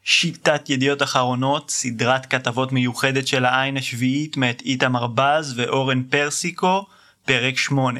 שיטת ידיעות אחרונות, סדרת כתבות מיוחדת של העין השביעית מאת איתמר בז ואורן פרסיקו, פרק 8.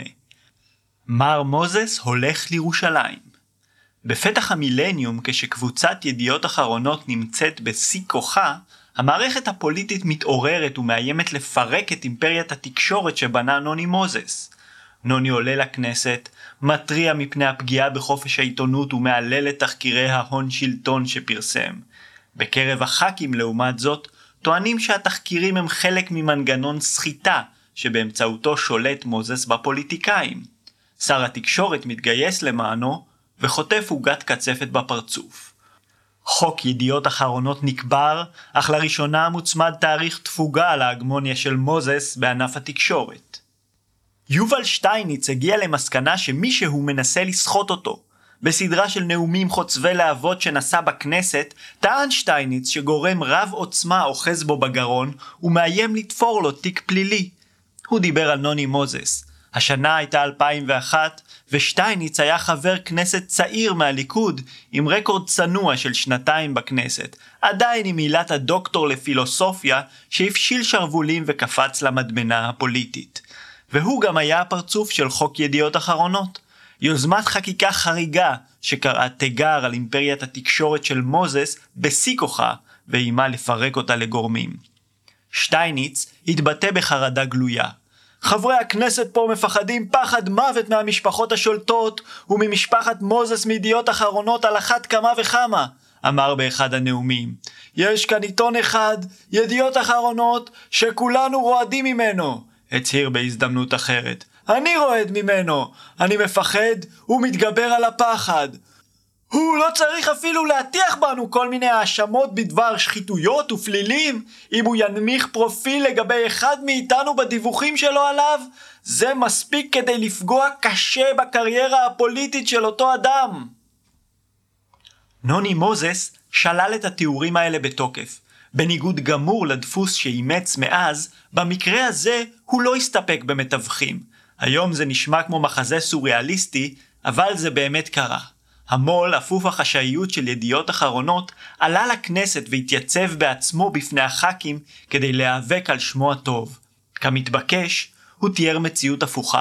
מר מוזס הולך לירושלים. בפתח המילניום, כשקבוצת ידיעות אחרונות נמצאת בשיא כוחה, המערכת הפוליטית מתעוררת ומאיימת לפרק את אימפריית התקשורת שבנה נוני מוזס. נוני עולה לכנסת, מטריע מפני הפגיעה בחופש העיתונות ומעלל את תחקירי ההון שלטון שפרסם. בקרב הח"כים לעומת זאת, טוענים שהתחקירים הם חלק ממנגנון סחיטה שבאמצעותו שולט מוזס בפוליטיקאים. שר התקשורת מתגייס למענו וחוטף עוגת קצפת בפרצוף. חוק ידיעות אחרונות נקבר, אך לראשונה מוצמד תאריך תפוגה להגמוניה של מוזס בענף התקשורת. יובל שטייניץ הגיע למסקנה שמישהו מנסה לסחוט אותו. בסדרה של נאומים חוצבי להבות שנשא בכנסת, טען שטייניץ שגורם רב עוצמה אוחז בו בגרון ומאיים לתפור לו תיק פלילי. הוא דיבר על נוני מוזס. השנה הייתה 2001 ושטייניץ היה חבר כנסת צעיר מהליכוד עם רקורד צנוע של 2 בכנסת, עדיין עם מילת הדוקטור לפילוסופיה שהפשיל שרבולים וקפץ למדמנה הפוליטית. והוא גם היה הפרצוף של חוק ידיעות אחרונות. יוזמת חקיקה חריגה שקראה תיגר על אימפריית התקשורת של מוזס בשיא כוחה ואיימה לפרק אותה לגורמים. שטייניץ התבטא בחרדה גלויה. חברי הכנסת פה מפחדים פחד מוות מהמשפחות השולטות וממשפחת מוזס מידיעות אחרונות על אחת כמה וכמה, אמר באחד הנאומים. יש כאן עיתון אחד, ידיעות אחרונות, שכולנו רועדים ממנו, הצהיר בהזדמנות אחרת. אני רועד ממנו, אני מפחד ומתגבר על הפחד. הוא לא צריך אפילו להטיח בנו כל מיני האשמות בדבר שחיתויות ופלילים. אם הוא ינמיך פרופיל לגבי אחד מאיתנו בדיווחים שלו עליו, זה מספיק כדי לפגוע קשה בקריירה הפוליטית של אותו אדם. נוני מוזס שלל את התיאורים האלה בתוקף. בניגוד גמור לדפוס שאימץ מאז, במקרה הזה הוא לא הסתפק במתווכים. היום זה נשמע כמו מחזה סוריאליסטי, אבל זה באמת קרה. המול, אפוף החשאיות של ידיעות אחרונות, עלה לכנסת והתייצב בעצמו בפני הח"כים כדי להיאבק על שמו הטוב. כמתבקש, הוא תיאר מציאות הפוכה.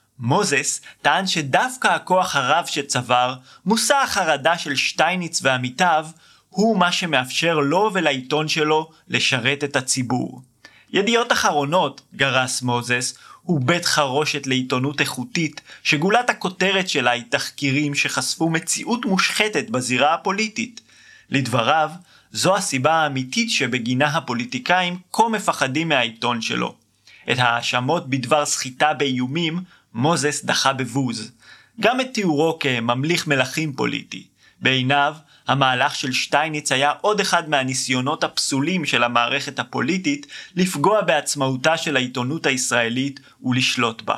מוזס טען שדווקא הכוח הרב שצבר, מושא החרדה של שטייניץ ועמיתיו, הוא מה שמאפשר לו ולעיתון שלו לשרת את הציבור. ידיעות אחרונות, גרס מוזס, הוא בית חרושת לעיתונות איכותית, שגולת הכותרת שלה היא תחקירים שחשפו מציאות מושחתת בזירה הפוליטית. לדבריו, זו הסיבה האמיתית שבגינה הפוליטיקאים כה מפחדים מהעיתון שלו. את האשמות בדבר סחיטה באיומים, מוזס דחה בבוז. גם את תיאורו כממליך מלכים פוליטי. בעיניו, המהלך של שטייניץ היה עוד אחד מהניסיונות הפסולים של המערכת הפוליטית לפגוע בעצמאותה של העיתונות הישראלית ולשלוט בה.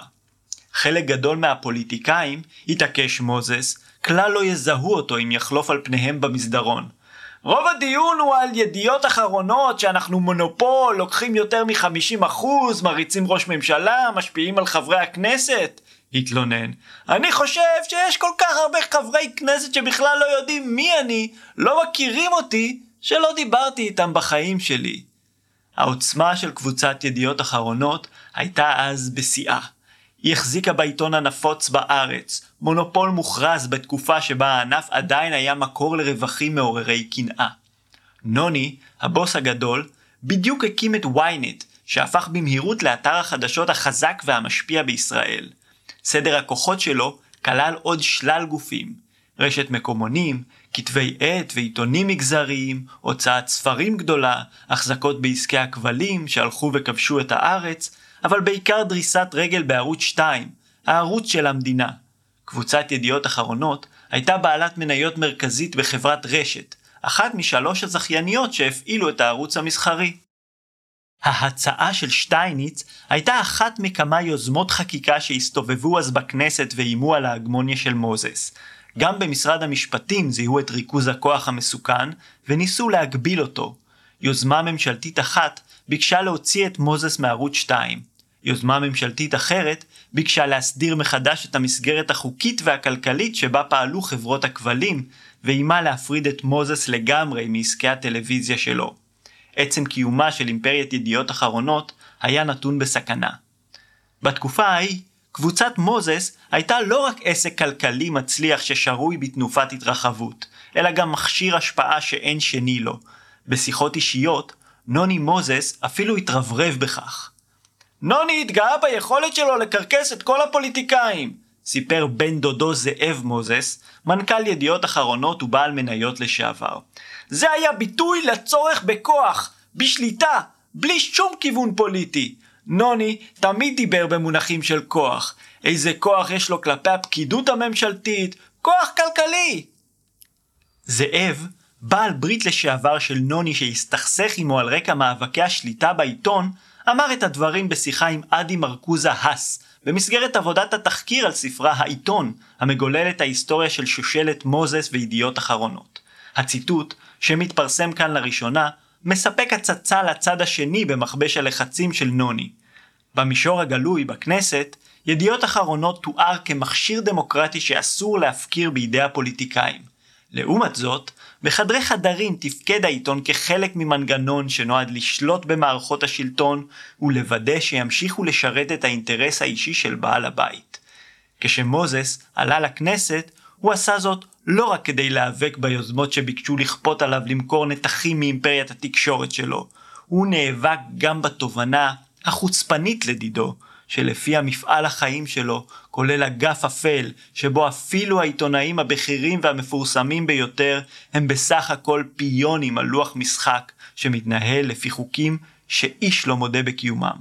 חלק גדול מהפוליטיקאים, התעקש מוזס, כלל לא יזהו אותו אם יחלוף על פניהם במסדרון. רוב הדיון הוא על ידיעות אחרונות שאנחנו מונופול, לוקחים יותר מ-50%, מריצים ראש ממשלה, משפיעים על חברי הכנסת. התלונן. אני חושב שיש כל כך הרבה חברי כנסת שבכלל לא יודעים מי אני, לא מכירים אותי, שלא דיברתי איתם בחיים שלי. העוצמה של קבוצת ידיעות אחרונות הייתה אז בשיאה. היא החזיקה בעיתון הנפוץ בארץ, מונופול מוכרז בתקופה שבה הענף עדיין היה מקור לרווחים מעוררי קנאה. נוני, הבוס הגדול, בדיוק הקים את ynet, שהפך במהירות לאתר החדשות החזק והמשפיע בישראל. סדר הכוחות שלו כלל עוד שלל גופים, רשת מקומונים, כתבי עת ועיתונים מגזריים, הוצאת ספרים גדולה, החזקות בעסקי הכבלים שהלכו וכבשו את הארץ, אבל בעיקר דריסת רגל בערוץ 2, הערוץ של המדינה. קבוצת ידיעות אחרונות הייתה בעלת מניות מרכזית בחברת רשת, אחת משלוש הזכייניות שהפעילו את הערוץ המסחרי. ההצעה של שטייניץ הייתה אחת מכמה יוזמות חקיקה שהסתובבו אז בכנסת ואיימו על ההגמוניה של מוזס. גם במשרד המשפטים זיהו את ריכוז הכוח המסוכן וניסו להגביל אותו. יוזמה ממשלתית אחת ביקשה להוציא את מוזס מערוץ 2. יוזמה ממשלתית אחרת ביקשה להסדיר מחדש את המסגרת החוקית והכלכלית שבה פעלו חברות הכבלים, ואימה להפריד את מוזס לגמרי מעסקי הטלוויזיה שלו. עצם קיומה של אימפריית ידיעות אחרונות היה נתון בסכנה. בתקופה ההיא, קבוצת מוזס הייתה לא רק עסק כלכלי מצליח ששרוי בתנופת התרחבות, אלא גם מכשיר השפעה שאין שני לו. בשיחות אישיות, נוני מוזס אפילו התרברב בכך. נוני התגאה ביכולת שלו לקרקס את כל הפוליטיקאים, סיפר בן דודו זאב מוזס, מנכ"ל ידיעות אחרונות ובעל מניות לשעבר. זה היה ביטוי לצורך בכוח, בשליטה, בלי שום כיוון פוליטי. נוני תמיד דיבר במונחים של כוח. איזה כוח יש לו כלפי הפקידות הממשלתית? כוח כלכלי! זאב, בעל ברית לשעבר של נוני שהסתכסך עמו על רקע מאבקי השליטה בעיתון, אמר את הדברים בשיחה עם אדי מרקוזה האס, במסגרת עבודת התחקיר על ספרה העיתון, המגולל את ההיסטוריה של שושלת מוזס וידיעות אחרונות. הציטוט, שמתפרסם כאן לראשונה, מספק הצצה לצד השני במכבש הלחצים של נוני. במישור הגלוי בכנסת, ידיעות אחרונות תואר כמכשיר דמוקרטי שאסור להפקיר בידי הפוליטיקאים. לעומת זאת, בחדרי חדרים תפקד העיתון כחלק ממנגנון שנועד לשלוט במערכות השלטון ולוודא שימשיכו לשרת את האינטרס האישי של בעל הבית. כשמוזס עלה לכנסת, הוא עשה זאת לא רק כדי להיאבק ביוזמות שביקשו לכפות עליו למכור נתחים מאימפריית התקשורת שלו, הוא נאבק גם בתובנה החוצפנית לדידו, שלפי המפעל החיים שלו כולל אגף אפל, שבו אפילו העיתונאים הבכירים והמפורסמים ביותר הם בסך הכל פיונים על לוח משחק שמתנהל לפי חוקים שאיש לא מודה בקיומם.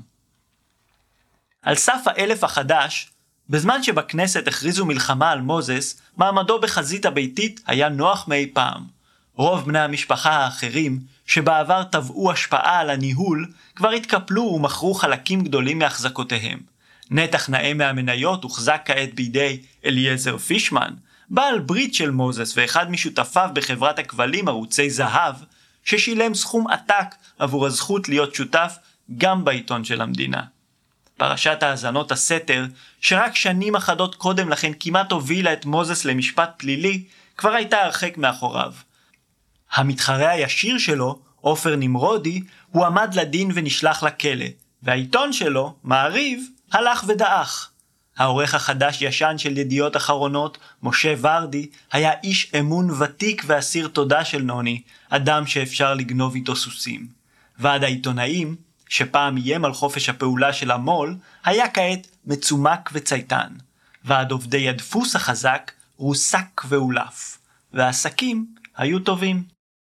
על סף האלף החדש, בזמן שבכנסת הכריזו מלחמה על מוזס, מעמדו בחזית הביתית היה נוח מאי פעם. רוב בני המשפחה האחרים, שבעבר טבעו השפעה על הניהול, כבר התקפלו ומכרו חלקים גדולים מהחזקותיהם. נתח נאה מהמניות הוחזק כעת בידי אליעזר פישמן, בעל ברית של מוזס ואחד משותפיו בחברת הכבלים ערוצי זהב, ששילם סכום עתק עבור הזכות להיות שותף גם בעיתון של המדינה. פרשת האזנות הסתר, שרק שנים אחדות קודם לכן כמעט הובילה את מוזס למשפט פלילי, כבר הייתה הרחק מאחוריו. המתחרה הישיר שלו, עופר נמרודי, הוא עמד לדין ונשלח לכלא, והעיתון שלו, מעריב, הלך ודעך. העורך החדש ישן של ידיעות אחרונות, משה ורדי, היה איש אמון ותיק ואסיר תודה של נוני, אדם שאפשר לגנוב איתו סוסים. ועד העיתונאים, שפעם איים על חופש הפעולה של המול, היה כעת מצומק וצייתן. ועד עובדי הדפוס החזק רוסק ואולף, והעסקים היו טובים.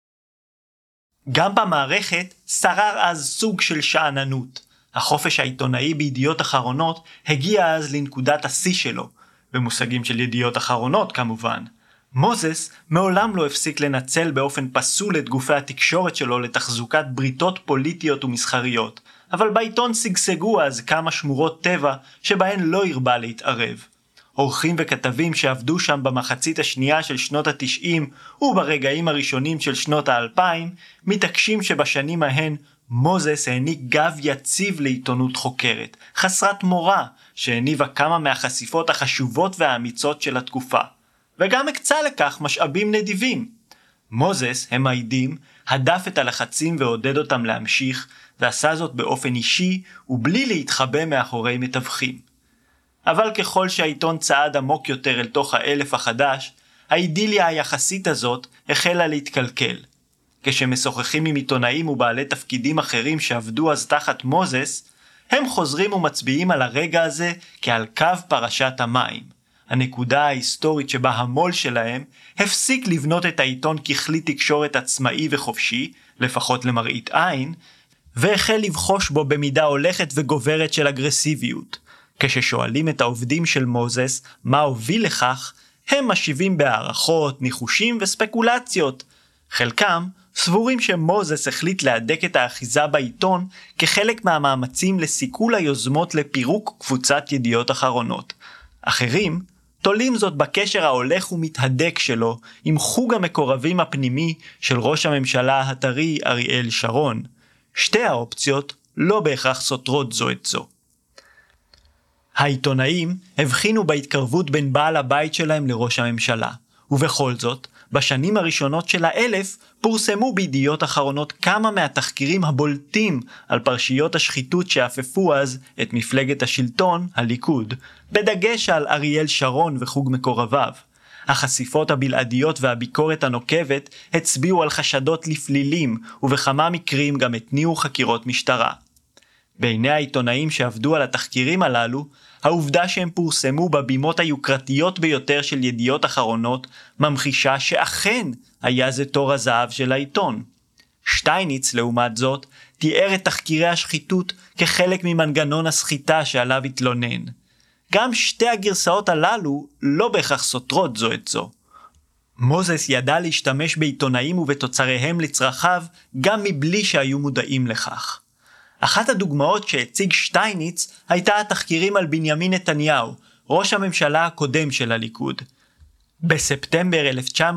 גם במערכת שרר אז סוג של שעננות. החופש העיתונאי בידיעות אחרונות הגיע אז לנקודת השיא שלו, במושגים של ידיעות אחרונות כמובן. מוזס מעולם לא הפסיק לנצל באופן פסול את גופי התקשורת שלו לתחזוקת בריתות פוליטיות ומסחריות, אבל בעיתון סגסגו אז כמה שמורות טבע שבהן לא הרבה להתערב. עורכים וכתבים שעבדו שם במחצית השנייה של שנות ה-90 וברגעים הראשונים של שנות ה-2000, מתעקשים שבשנים ההן מוזס העניק גב יציב לעיתונות חוקרת, חסרת מורא, שהניבה כמה מהחשיפות החשובות והאמיצות של התקופה, וגם הקצה לכך משאבים נדיבים. מוזס, הם מעידים, הדף את הלחצים ועודד אותם להמשיך, ועשה זאת באופן אישי ובלי להתחבא מאחורי מתווכים. אבל ככל שהעיתון צעד עמוק יותר אל תוך האלף החדש, האידיליה היחסית הזאת החלה להתקלקל. כשמשוחחים עם עיתונאים ובעלי תפקידים אחרים שעבדו אז תחת מוזס, הם חוזרים ומצביעים על הרגע הזה כעל קו פרשת המים. הנקודה ההיסטורית שבה המול שלהם הפסיק לבנות את העיתון ככלי תקשורת עצמאי וחופשי, לפחות למראית עין, והחל לבחוש בו במידה הולכת וגוברת של אגרסיביות. כששואלים את העובדים של מוזס מה הוביל לכך, הם משיבים בהערכות, ניחושים וספקולציות. חלקם סבורים שמוזס החליט להדק את האחיזה בעיתון כחלק מהמאמצים לסיכול היוזמות לפירוק קבוצת ידיעות אחרונות. אחרים תולים זאת בקשר ההולך ומתהדק שלו עם חוג המקורבים הפנימי של ראש הממשלה הטרי אריאל שרון. שתי האופציות לא בהכרח סותרות זו את זו. העיתונאים הבחינו בהתקרבות בין בעל הבית שלהם לראש הממשלה, ובכל זאת, בשנים הראשונות של האלף פורסמו בידיעות אחרונות כמה מהתחקירים הבולטים על פרשיות השחיתות שאפפו אז את מפלגת השלטון, הליכוד, בדגש על אריאל שרון וחוג מקורביו. החשיפות הבלעדיות והביקורת הנוקבת הצביעו על חשדות לפלילים, ובכמה מקרים גם התניעו חקירות משטרה. בעיני העיתונאים שעבדו על התחקירים הללו, העובדה שהם פורסמו בבימות היוקרתיות ביותר של ידיעות אחרונות ממחישה שאכן היה זה תור הזהב של העיתון. שטייניץ, לעומת זאת, תיאר את תחקירי השחיתות כחלק ממנגנון הסחיטה שעליו התלונן. גם שתי הגרסאות הללו לא בהכרח סותרות זו את זו. מוזס ידע להשתמש בעיתונאים ובתוצריהם לצרכיו גם מבלי שהיו מודעים לכך. אחת הדוגמאות שהציג שטייניץ הייתה התחקירים על בנימין נתניהו, ראש הממשלה הקודם של הליכוד. בספטמבר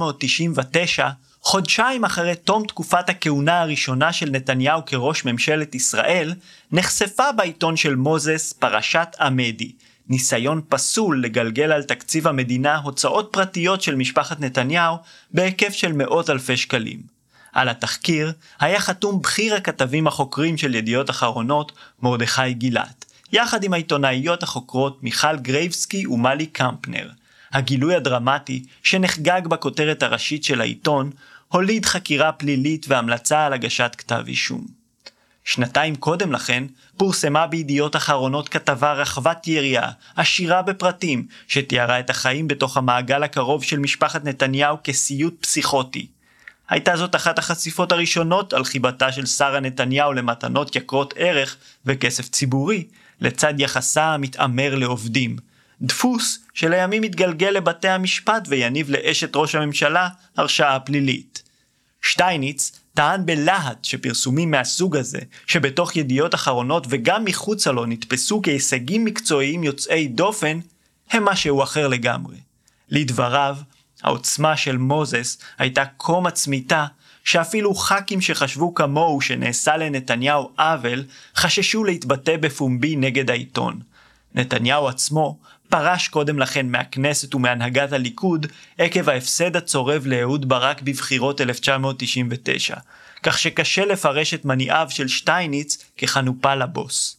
1999, חודשיים אחרי תום תקופת הכהונה הראשונה של נתניהו כראש ממשלת ישראל, נחשפה בעיתון של מוזס פרשת עמדי, ניסיון פסול לגלגל על תקציב המדינה הוצאות פרטיות של משפחת נתניהו בהיקף של מאות אלפי שקלים. על התחקיר היה חתום בכיר הכתבים החוקרים של ידיעות אחרונות מרדכי גילת, יחד עם העיתונאיות החוקרות מיכל גרייבסקי ומלי קמפנר. הגילוי הדרמטי שנחגג בכותרת הראשית של העיתון הוליד חקירה פלילית והמלצה על הגשת כתב אישום. שנתיים קודם לכן פורסמה בידיעות אחרונות כתבה רחבת יריעה, עשירה בפרטים, שתיארה את החיים בתוך המעגל הקרוב של משפחת נתניהו כסיוט פסיכוטי. הייתה זאת אחת החשיפות הראשונות על חיבתה של שרה נתניהו למתנות יקרות ערך וכסף ציבורי, לצד יחסה המתאמר לעובדים. דפוס שלימים מתגלגל לבתי המשפט ויניב לאשת ראש הממשלה הרשעה פלילית. שטייניץ טען בלהט שפרסומים מהסוג הזה, שבתוך ידיעות אחרונות וגם מחוצה לו נתפסו כהישגים מקצועיים יוצאי דופן, הם משהו אחר לגמרי. לדבריו, העוצמה של מוזס הייתה כה מצמיתה, שאפילו ח"כים שחשבו כמוהו שנעשה לנתניהו עוול, חששו להתבטא בפומבי נגד העיתון. נתניהו עצמו פרש קודם לכן מהכנסת ומהנהגת הליכוד עקב ההפסד הצורב לאהוד ברק בבחירות 1999, כך שקשה לפרש את מניעיו של שטייניץ כחנופה לבוס.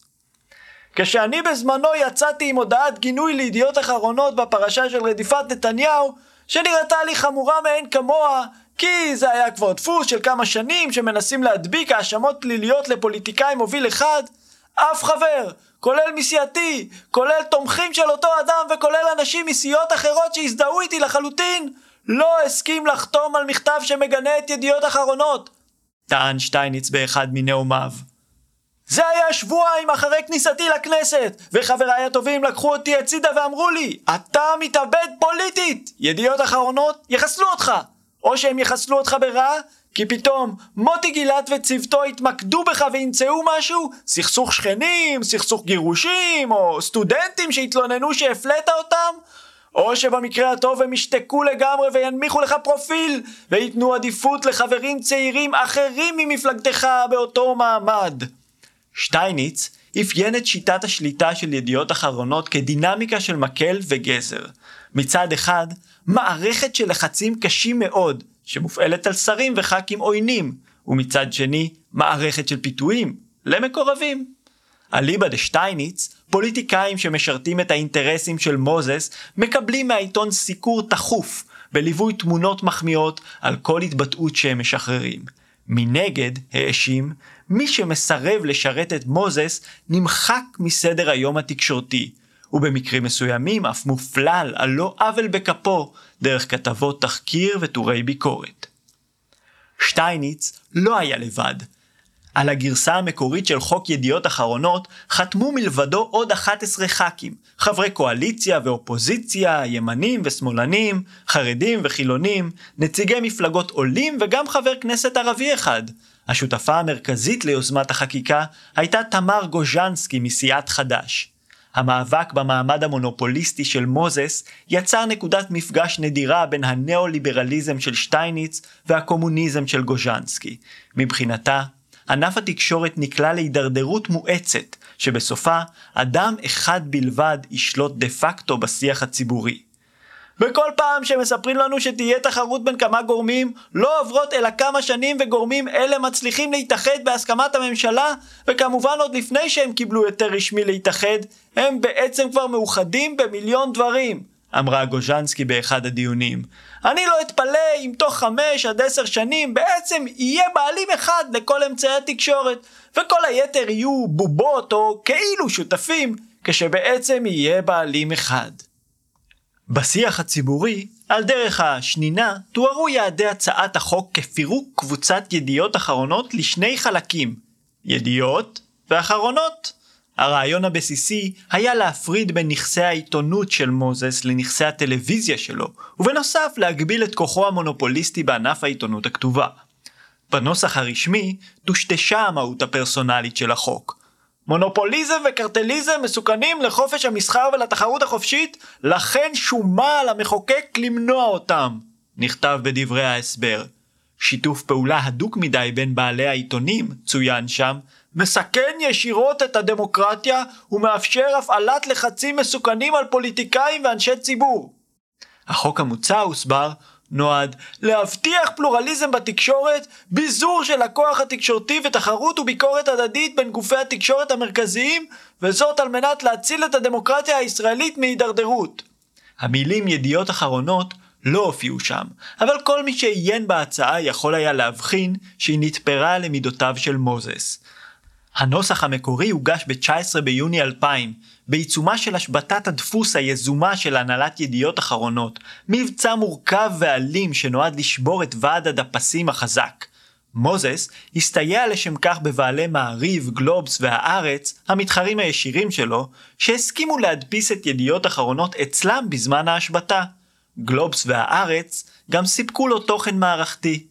כשאני בזמנו יצאתי עם הודעת גינוי לידיעות אחרונות בפרשה של רדיפת נתניהו, שנראתה לי חמורה מאין כמוה, כי זה היה כבר דפוס של כמה שנים שמנסים להדביק האשמות פליליות לפוליטיקאי מוביל אחד, אף חבר, כולל מסיעתי, כולל תומכים של אותו אדם וכולל אנשים מסיעות אחרות שהזדהו איתי לחלוטין, לא הסכים לחתום על מכתב שמגנה את ידיעות אחרונות, טען שטייניץ באחד מנאומיו. זה היה שבועיים אחרי כניסתי לכנסת, וחבריי הטובים לקחו אותי הצידה ואמרו לי, אתה מתאבד פוליטית, ידיעות אחרונות יחסלו אותך, או שהם יחסלו אותך ברע, כי פתאום מוטי גילת וצוותו התמקדו בך וימצאו משהו, סכסוך שכנים, סכסוך גירושים, או סטודנטים שהתלוננו שהפלאת אותם, או שבמקרה הטוב הם ישתקו לגמרי וינמיכו לך פרופיל, ויתנו עדיפות לחברים צעירים אחרים ממפלגתך באותו מעמד. שטייניץ אפיין את שיטת השליטה של ידיעות אחרונות כדינמיקה של מקל וגזר. מצד אחד, מערכת של לחצים קשים מאוד, שמופעלת על שרים וח"כים עוינים, ומצד שני, מערכת של פיתויים למקורבים. אליבא דשטייניץ, פוליטיקאים שמשרתים את האינטרסים של מוזס, מקבלים מהעיתון סיקור תחוף, בליווי תמונות מחמיאות על כל התבטאות שהם משחררים. מנגד, האשים, מי שמסרב לשרת את מוזס נמחק מסדר היום התקשורתי, ובמקרים מסוימים אף מופלל על לא עוול בכפו דרך כתבות תחקיר וטורי ביקורת. שטייניץ לא היה לבד. על הגרסה המקורית של חוק ידיעות אחרונות חתמו מלבדו עוד 11 ח"כים, חברי קואליציה ואופוזיציה, ימנים ושמאלנים, חרדים וחילונים, נציגי מפלגות עולים וגם חבר כנסת ערבי אחד. השותפה המרכזית ליוזמת החקיקה הייתה תמר גוז'נסקי מסיעת חד"ש. המאבק במעמד המונופוליסטי של מוזס יצר נקודת מפגש נדירה בין הנאו-ליברליזם של שטייניץ והקומוניזם של גוז'נסקי. מבחינתה, ענף התקשורת נקלע להידרדרות מואצת, שבסופה אדם אחד בלבד ישלוט דה פקטו בשיח הציבורי. בכל פעם שמספרים לנו שתהיה תחרות בין כמה גורמים, לא עוברות אלא כמה שנים וגורמים אלה מצליחים להתאחד בהסכמת הממשלה, וכמובן עוד לפני שהם קיבלו יותר רשמי להתאחד, הם בעצם כבר מאוחדים במיליון דברים, אמרה גוז'נסקי באחד הדיונים. אני לא אתפלא אם תוך 5 עד 10 שנים בעצם יהיה בעלים אחד לכל אמצעי התקשורת, וכל היתר יהיו בובות או כאילו שותפים, כשבעצם יהיה בעלים אחד. בשיח הציבורי, על דרך השנינה, תוארו יעדי הצעת החוק כפירוק קבוצת ידיעות אחרונות לשני חלקים, ידיעות ואחרונות. הרעיון הבסיסי היה להפריד בין נכסי העיתונות של מוזס לנכסי הטלוויזיה שלו, ובנוסף להגביל את כוחו המונופוליסטי בענף העיתונות הכתובה. בנוסח הרשמי טושטשה המהות הפרסונלית של החוק. מונופוליזם וקרטליזם מסוכנים לחופש המסחר ולתחרות החופשית, לכן שומה על המחוקק למנוע אותם, נכתב בדברי ההסבר. שיתוף פעולה הדוק מדי בין בעלי העיתונים, צוין שם, מסכן ישירות את הדמוקרטיה ומאפשר הפעלת לחצים מסוכנים על פוליטיקאים ואנשי ציבור. החוק המוצע, הוסבר, נועד להבטיח פלורליזם בתקשורת, ביזור של הכוח התקשורתי ותחרות וביקורת הדדית בין גופי התקשורת המרכזיים, וזאת על מנת להציל את הדמוקרטיה הישראלית מהידרדרות. המילים ידיעות אחרונות לא הופיעו שם, אבל כל מי שעיין בהצעה יכול היה להבחין שהיא נתפרה למידותיו של מוזס. הנוסח המקורי הוגש ב-19 ביוני 2000, בעיצומה של השבתת הדפוס היזומה של הנהלת ידיעות אחרונות, מבצע מורכב ואלים שנועד לשבור את ועד הדפסים החזק. מוזס הסתייע לשם כך בבעלי מעריב, גלובס והארץ, המתחרים הישירים שלו, שהסכימו להדפיס את ידיעות אחרונות אצלם בזמן ההשבתה. גלובס והארץ גם סיפקו לו תוכן מערכתי.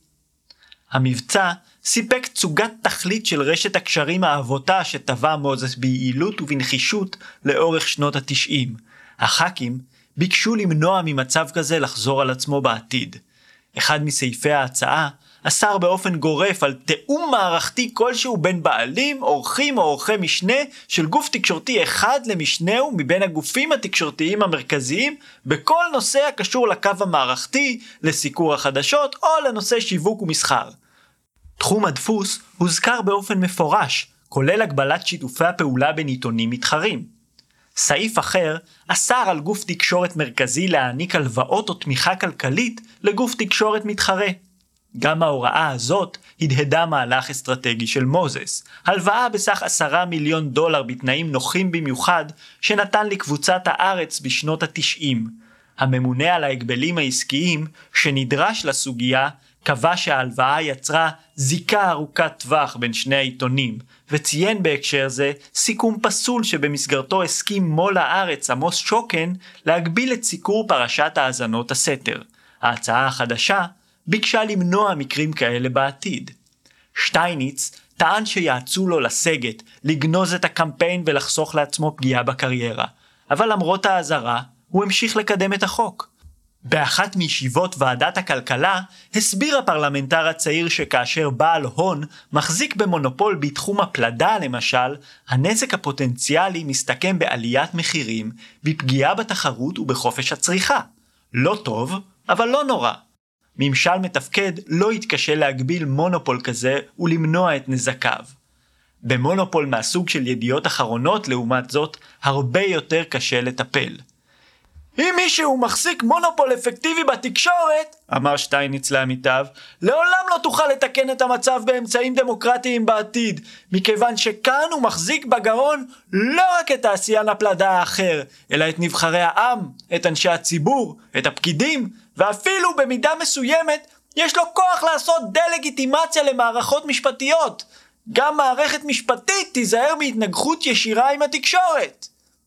המבצע סיפק צוגת תכלית של רשת הקשרים האבותה שטבע מוזס ביעילות ובנחישות לאורך שנות ה-90. הח"כים ביקשו למנוע ממצב כזה לחזור על עצמו בעתיד. אחד מסעיפי ההצעה אסר באופן גורף על תאום מערכתי כלשהו בין בעלים, עורכים או עורכי משנה של גוף תקשורתי אחד למשנהו מבין הגופים התקשורתיים המרכזיים בכל נושא הקשור לקו המערכתי, לסיקור החדשות או לנושא שיווק ומסחר. תחום הדפוס הוזכר באופן מפורש, כולל הגבלת שיתופי הפעולה בין עיתונים מתחרים. סעיף אחר אסר על גוף תקשורת מרכזי להעניק הלוואות או תמיכה כלכלית לגוף תקשורת מתחרה. גם ההוראה הזאת הדהדה מהלך אסטרטגי של מוזס, הלוואה בסך $10 מיליון בתנאים נוחים במיוחד שנתן לקבוצת הארץ בשנות ה-90. הממונה על ההגבלים העסקיים שנדרש לסוגיה קבע שההלוואה יצרה זיקה ארוכת טווח בין שני העיתונים, וציין בהקשר זה סיכום פסול שבמסגרתו הסכים מול הארץ עמוס שוקן להגביל את סיקור פרשת האזנות הסתר. ההצעה החדשה ביקשה למנוע מקרים כאלה בעתיד. שטייניץ טען שיעצו לו לסגת, לגנוז את הקמפיין ולחסוך לעצמו פגיעה בקריירה, אבל למרות האזהרה הוא המשיך לקדם את החוק. באחת מישיבות ועדת הכלכלה הסביר הפרלמנטר הצעיר שכאשר בעל הון מחזיק במונופול בתחום הפלדה למשל, הנזק הפוטנציאלי מסתכם בעליית מחירים, בפגיעה בתחרות ובחופש הצריכה. לא טוב, אבל לא נורא. ממשל מתפקד לא יתקשה להגביל מונופול כזה ולמנוע את נזקיו. במונופול מהסוג של ידיעות אחרונות לעומת זאת, הרבה יותר קשה לטפל. אם מישהו מחזיק מונופול אפקטיבי בתקשורת, אמר שטייניץ לעמיתיו, לעולם לא תוכל לתקן את המצב באמצעים דמוקרטיים בעתיד, מכיוון שכאן הוא מחזיק בגרון לא רק את תעשיין הפלדה האחר, אלא את נבחרי העם, את אנשי הציבור, את הפקידים, ואפילו במידה מסוימת יש לו כוח לעשות דה-לגיטימציה למערכות משפטיות. גם מערכת משפטית תיזהר בהתנגחות ישירה עם התקשורת.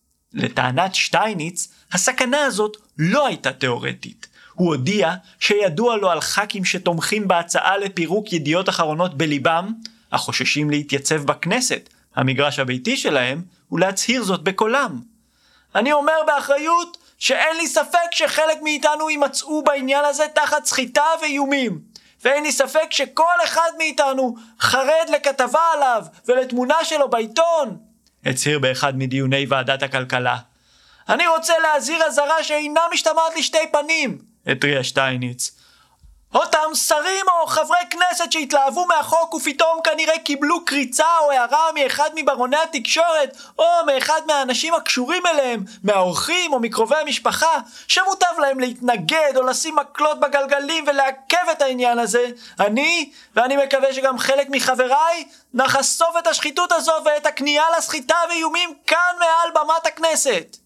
לטענת שטייניץ, הסכנה הזאת לא הייתה תיאורטית. הוא הודיע שידוע לו על ח"כים שתומכים בהצעה לפירוק ידיעות אחרונות בליבם, החוששים להתייצב בכנסת, המגרש הביתי שלהם, ולהצהיר זאת בקולם. אני אומר באחריות שאין לי ספק שחלק מאיתנו יימצאו בעניין הזה תחת סחיטה ואיומים, ואין לי ספק שכל אחד מאיתנו חרד לכתבה עליו ולתמונה שלו בעיתון, הצהיר באחד מדיוני ועדת הכלכלה. אני רוצה להזהיר אזהרה שאינה משתמעת לשתי פנים, התריע שטייניץ. אותם שרים או חברי כנסת שהתלהבו מהחוק ופתאום כנראה קיבלו קריצה או הערה מאחד מברוני התקשורת או מאחד מהאנשים הקשורים אליהם, מהאורחים או מקרובי המשפחה, שמוטב להם להתנגד או לשים מקלות בגלגלים ולעכב את העניין הזה, ואני מקווה שגם חלק מחבריי, נחשוף את השחיתות הזו ואת הכניעה לסחיטה ואיומים כאן מעל במת הכנסת.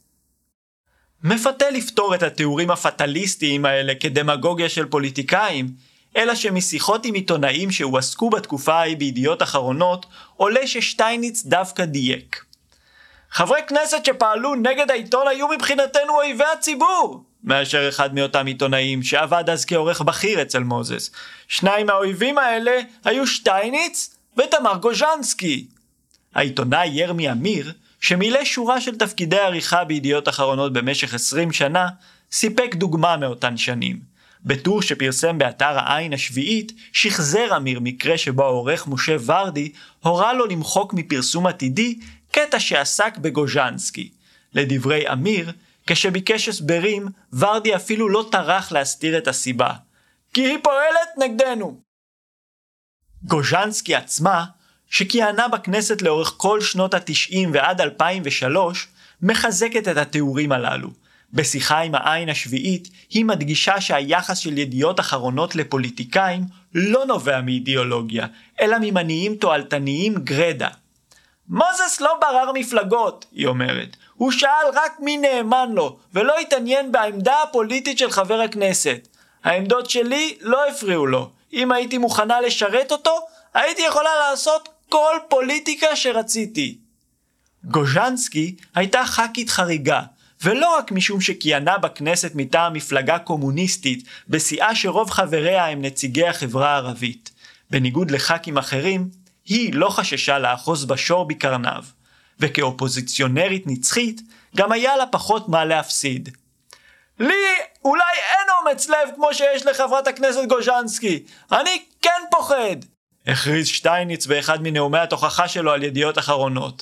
מפתה לפתור את התיאורים הפטליסטיים האלה כדמגוגיה של פוליטיקאים, אלא שמשיחות עם עיתונאים שהועסקו בתקופה ההיא בידיעות אחרונות, עולה ששטייניץ דווקא דייק. חברי כנסת שפעלו נגד העיתון היו מבחינתנו אויבי הציבור, מאשר אחד מאותם עיתונאים שעבד אז כעורך בכיר אצל מוזס. שניים מהאויבים האלה היו שטייניץ ותמר גוז'נסקי. העיתונאי ירמי אמיר, שמילא שורה של תפקידי עריכה בידיעות אחרונות במשך 20 שנה, סיפק דוגמה מאותן שנים. בטור שפרסם באתר העין השביעית, שחזר אמיר מקרה שבו העורך משה ורדי הורה לו למחוק מפרסום עתידי קטע שעסק בגוז'נסקי. לדברי אמיר, כשביקש הסברים, ורדי אפילו לא טרח להסתיר את הסיבה. כי היא פועלת נגדנו. גוז'נסקי עצמה, שכיהנה בכנסת לאורך כל שנות ה-90 ועד 2003, מחזקת את התיאורים הללו. בשיחה עם העין השביעית, היא מדגישה שהיחס של ידיעות אחרונות לפוליטיקאים לא נובע מאידיאולוגיה, אלא ממניעים תועלתניים גרדה. מוזס לא ברר מפלגות, היא אומרת. הוא שאל רק מי נאמן לו, ולא התעניין בעמדה הפוליטית של חבר הכנסת. העמדות שלי לא הפריעו לו. אם הייתי מוכנה לשרת אותו, הייתי יכולה לעשות כל פוליטיקה שרציתי. גוז'נסקי הייתה ח"כית חריגה, ולא רק משום שכיהנה בכנסת מטעם מפלגה קומוניסטית, בסיעה שרוב חבריה הם נציגי החברה הערבית. בניגוד לח"כים אחרים, היא לא חששה לאחוז בשור בקרניו, וכאופוזיציונרית נצחית, גם היה לה פחות מה להפסיד. לי אולי אין אומץ לב כמו שיש לחברת הכנסת גוז'נסקי, אני כן פוחד, הכריז שטייניץ באחד מנאומי התוכחה שלו על ידיעות אחרונות.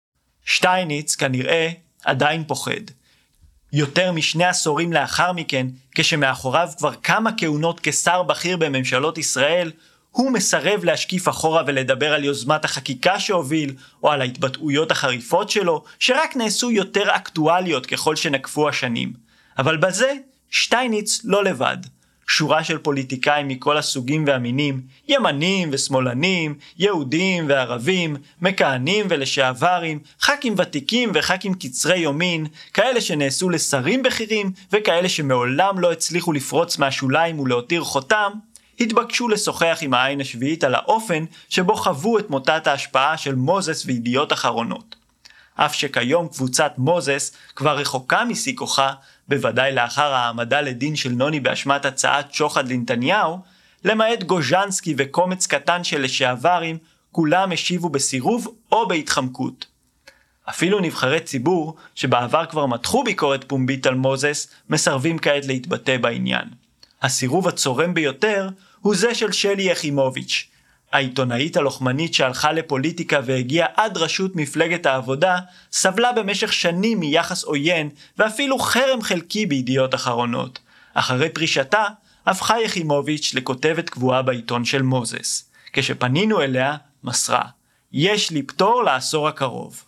שטייניץ כנראה עדיין פוחד. יותר משני עשורים לאחר מכן, כשמאחוריו כבר כמה כהונות כשר בכיר בממשלות ישראל, הוא מסרב להשקיף אחורה ולדבר על יוזמת החקיקה שהוביל, או על ההתבטאויות החריפות שלו, שרק נעשו יותר אקטואליות ככל שנקפו השנים. אבל בזה, שטייניץ לא לבד. שורה של פוליטיקאים מכל הסוגים והמינים, ימנים ושמאלנים, יהודים וערבים, מכהנים ולשעברים, ח"כים ותיקים וח"כים קצרי יומין, כאלה שנעשו לשרים בכירים וכאלה שמעולם לא הצליחו לפרוץ מהשוליים ולהותיר חותם, התבקשו לשוחח עם העין השביעית על האופן שבו חוו את מוטת ההשפעה של מוזס וידיעות אחרונות. אף שכיום קבוצת מוזס כבר רחוקה משיא כוחה, בוודאי לאחר העמדה לדין של נוני באשמת הצעת שוחד לנתניהו, למעט גוז'נסקי וקומץ קטן של לשעברים, כולם השיבו בסירוב או בהתחמקות. אפילו נבחרי ציבור, שבעבר כבר מתחו ביקורת פומבית על מוזס, מסרבים כעת להתבטא בעניין. הסירוב הצורם ביותר הוא זה של שלי יחימוביץ', העיתונאית הלוחמנית שהלכה לפוליטיקה והגיעה עד ראשות מפלגת העבודה, סבלה במשך שנים מיחס עוין ואפילו חרם חלקי בידיעות אחרונות. אחרי פרישתה, הפכה יחימוביץ' לכותבת קבועה בעיתון של מוזס. כשפנינו אליה, מסרה, יש לי פטור לעשור הקרוב.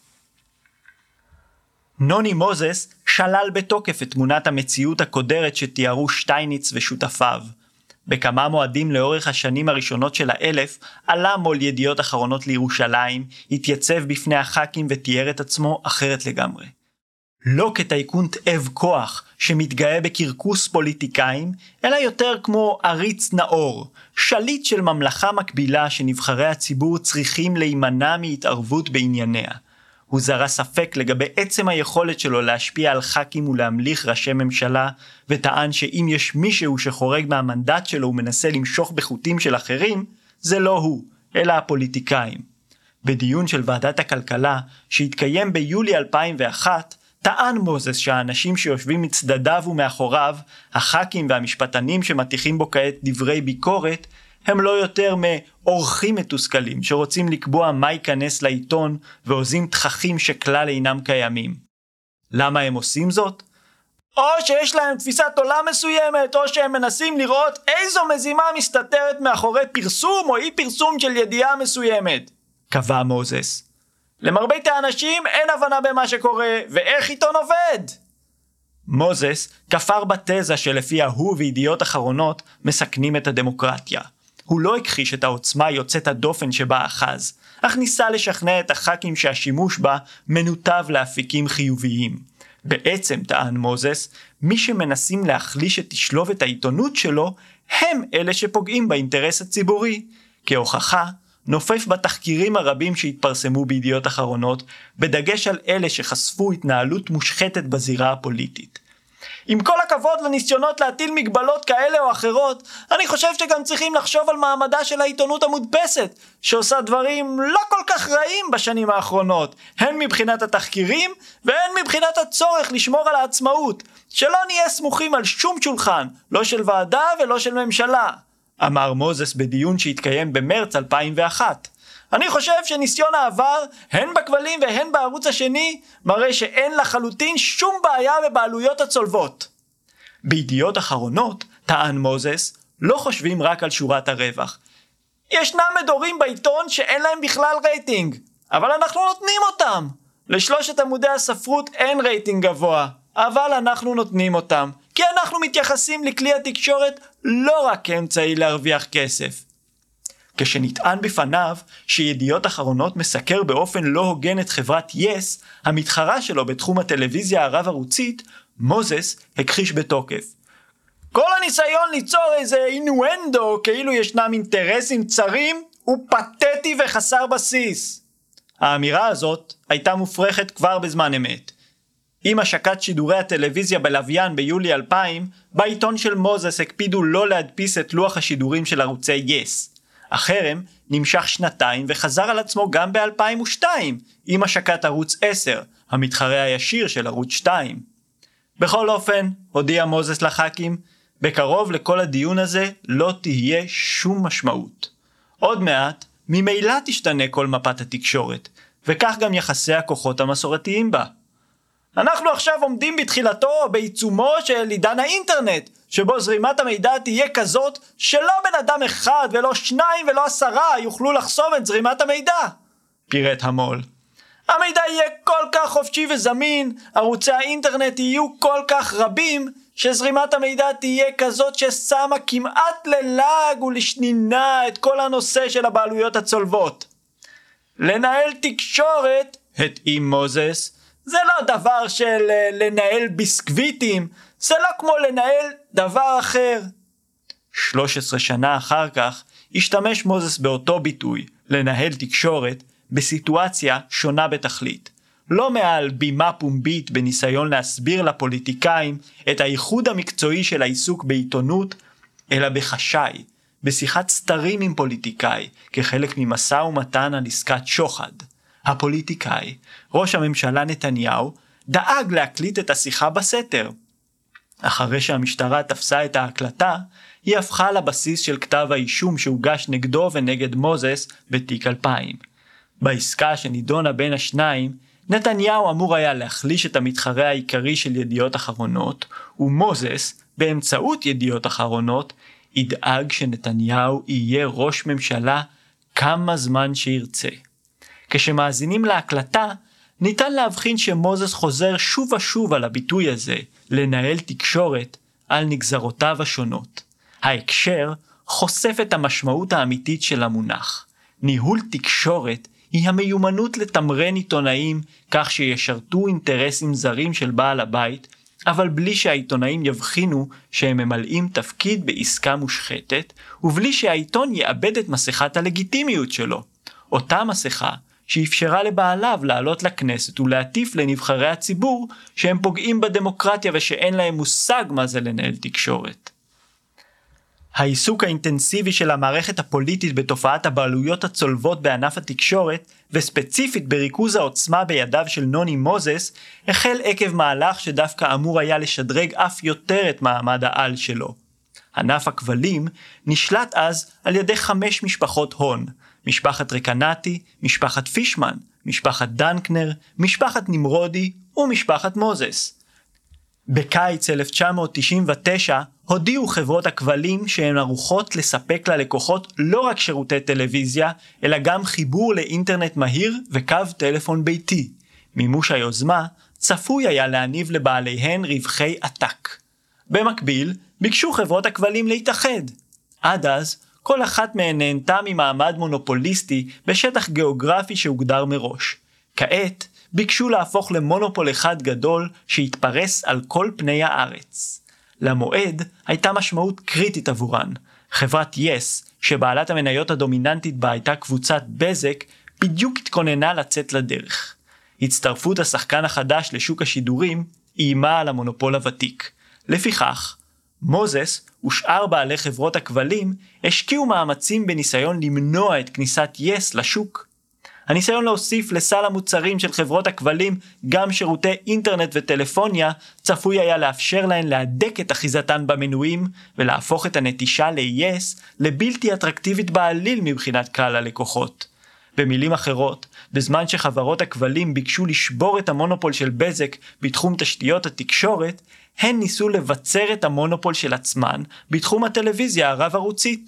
נוני מוזס שלל בתוקף את תמונת המציאות הקודרת שתיארו שטייניץ ושותפיו. בכמה מועדים לאורך השנים הראשונות של האלף, עלה מול ידיעות אחרונות לירושלים, התייצב בפני הח"כים ותיאר את עצמו אחרת לגמרי. לא כטייקון תאב כוח שמתגאה בקרקוס פוליטיקאים, אלא יותר כמו עריץ נאור, שליט של ממלכה מקבילה שנבחרי הציבור צריכים להימנע מהתערבות בענייניה. הוא זרה ספק לגבי עצם היכולת שלו להשפיע על ח"כים ולהמליך ראשי ממשלה, וטען שאם יש מישהו שחורג מהמנדט שלו ומנסה למשוך בחוטים של אחרים, זה לא הוא, אלא הפוליטיקאים. בדיון של ועדת הכלכלה, שהתקיים ביולי 2001, טען מוזס שהאנשים שיושבים מצדדיו ומאחוריו, הח"כים והמשפטנים שמטיחים בו כעת דברי ביקורת, הם לא יותר מאורחים מתוסכלים שרוצים לקבוע מה ייכנס לעיתון ועוזים תככים שכלל אינם קיימים. למה הם עושים זאת? או שיש להם תפיסת עולם מסוימת, או שהם מנסים לראות איזו מזימה מסתתרת מאחורי פרסום או אי פרסום של ידיעה מסוימת, קבע מוזס. למרבית האנשים אין הבנה במה שקורה ואיך עיתון עובד. מוזס כפר בתזה שלפיה הוא וידיעות אחרונות מסכנים את הדמוקרטיה. הוא לא הכחיש את העוצמה יוצאת הדופן שבה אחז, אך ניסה לשכנע את הח"כים שהשימוש בה מנותב לאפיקים חיוביים. בעצם, טען מוזס, מי שמנסים להחליש את תשלובת העיתונות שלו, הם אלה שפוגעים באינטרס הציבורי. כהוכחה, נופף בתחקירים הרבים שהתפרסמו בידיעות אחרונות, בדגש על אלה שחשפו התנהלות מושחתת בזירה הפוליטית. עם כל הכבוד לניסיונות להטיל מגבלות כאלה או אחרות, אני חושב שגם צריכים לחשוב על מעמדה של העיתונות המודפסת, שעושה דברים לא כל כך רעים בשנים האחרונות, הן מבחינת התחקירים והן מבחינת הצורך לשמור על העצמאות, שלא נהיה סמוכים על שום שולחן, לא של ועדה ולא של ממשלה, אמר מוזס בדיון שהתקיים במרץ 2001. אני חושב שניסיון העבר, הן בכבלים והן בערוץ השני, מראה שאין לחלוטין שום בעיה בבעלויות הצולבות. בידיעות אחרונות, טען מוזס, לא חושבים רק על שורת הרווח. ישנם מדורים בעיתון שאין להם בכלל רייטינג, אבל אנחנו נותנים אותם. לשלושת עמודי הספרות אין רייטינג גבוה, אבל אנחנו נותנים אותם, כי אנחנו מתייחסים לכלי התקשורת לא רק כאמצעי להרוויח כסף. כשנטען בפניו שידיעות אחרונות מסקר באופן לא הוגן את חברת יס, המתחרה שלו בתחום הטלוויזיה הרב-ערוצית, מוזס הכחיש בתוקף. כל הניסיון ליצור איזה אינואנדו כאילו ישנם אינטרסים צרים הוא פתטי וחסר בסיס. האמירה הזאת הייתה מופרכת כבר בזמן אמת. עם השקת שידורי הטלוויזיה בלוויין ביולי 2000, בעיתון של מוזס הקפידו לא להדפיס את לוח השידורים של ערוצי יס. החרם נמשך שנתיים וחזר על עצמו גם ב-2002 עם השקת ערוץ 10, המתחרה הישיר של ערוץ 2. בכל אופן, הודיע מוזס לח"כים, בקרוב לכל הדיון הזה לא תהיה שום משמעות. עוד מעט, ממילא תשתנה כל מפת התקשורת, וכך גם יחסי הכוחות המסורתיים בה. אנחנו עכשיו עומדים בתחילתו בעיצומו של עידן האינטרנט, שבו זרימת המידע תהיה כזאת שלא בן אדם אחד ולא שניים ולא 10 יוכלו לחסום את זרימת המידע, פירט המול. המידע יהיה כל כך חופשי וזמין, ערוצי האינטרנט יהיו כל כך רבים, שזרימת המידע תהיה כזאת ששמה כמעט ללעג ולשנינה את כל הנושא של הבעלויות הצולבות. לנהל תקשורת, התאים מוזס, זה לא דבר של לנהל ביסקוויטים, זה לא כמו לנהל דבר אחר. 13 שנה אחר כך השתמש מוזס באותו ביטוי, לנהל תקשורת, בסיטואציה שונה בתכלית. לא מעל בימה פומבית בניסיון להסביר לפוליטיקאים את הייחוד המקצועי של העיסוק בעיתונות, אלא בחשאי, בשיחת סתרים עם פוליטיקאי, כחלק ממשא ומתן על עסקת שוחד. הפוליטיקאי, ראש הממשלה נתניהו, דאג להקליט את השיחה בסתר. אחרי שהמשטרה תפסה את ההקלטה, היא הפכה לבסיס של כתב האישום שהוגש נגדו ונגד מוזס בתיק 2000. בעסקה שנידונה בין השניים, נתניהו אמור היה להחליש את המתחרה העיקרי של ידיעות אחרונות, ומוזס, באמצעות ידיעות אחרונות, ידאג שנתניהו יהיה ראש ממשלה כמה זמן שירצה. כשמאזינים להקלטה, ניתן להבחין שמוזס חוזר שוב ושוב על הביטוי הזה, לנהל תקשורת, על נגזרותיו השונות. ההקשר חושף את המשמעות האמיתית של המונח. ניהול תקשורת היא המיומנות לתמרן עיתונאים כך שישרתו אינטרסים זרים של בעל הבית, אבל בלי שהעיתונאים יבחינו שהם ממלאים תפקיד בעסקה מושחתת, ובלי שהעיתון יאבד את מסכת הלגיטימיות שלו. אותה מסכה שאפשרה לבעליו לעלות לכנסת ולהטיף לנבחרי הציבור שהם פוגעים בדמוקרטיה ושאין להם מושג מה זה לנהל תקשורת. העיסוק האינטנסיבי של המערכת הפוליטית בתופעת הבעלויות הצולבות בענף התקשורת, וספציפית בריכוז העוצמה בידיו של נוני מוזס, החל עקב מהלך שדווקא אמור היה לשדרג אף יותר את מעמד העל שלו. ענף הכבלים נשלט אז על ידי 5 משפחות הון, משפחת רקנטי, משפחת פישמן, משפחת דנקנר, משפחת נמרודי ומשפחת מוזס. בקיץ 1999 הודיעו חברות הכבלים שהן ערוכות לספק ללקוחות לא רק שירותי טלוויזיה, אלא גם חיבור לאינטרנט מהיר וקו טלפון ביתי. מימוש היוזמה צפוי היה להניב לבעליהן רווחי עתק. במקביל, ביקשו חברות הכבלים להתאחד. עד אז, כל אחת מהן נהנתה ממעמד מונופוליסטי בשטח גיאוגרפי שהוגדר מראש. כעת, ביקשו להפוך למונופול אחד גדול שהתפרס על כל פני הארץ. למועד הייתה משמעות קריטית עבורן. חברת יס, שבעלת המניות הדומיננטית בה הייתה קבוצת בזק, בדיוק התכוננה לצאת לדרך. הצטרפות השחקן החדש לשוק השידורים איימה על המונופול הוותיק. לפיכך, מוזס ושאר בעלי חברות הכבלים השקיעו מאמצים בניסיון למנוע את כניסת יס לשוק. הניסיון להוסיף לסל המוצרים של חברות הכבלים גם שירותי אינטרנט וטלפוניה צפוי היה לאפשר להן להדק את אחיזתן במנויים ולהפוך את הנטישה ל-yes לבלתי אטרקטיבית בעליל מבחינת קהל הלקוחות. במילים אחרות, בזמן שחברות הכבלים ביקשו לשבור את המונופול של בזק בתחום תשתיות התקשורת, הן ניסו לבצר את המונופול של עצמן בתחום הטלוויזיה הרב-ערוצית.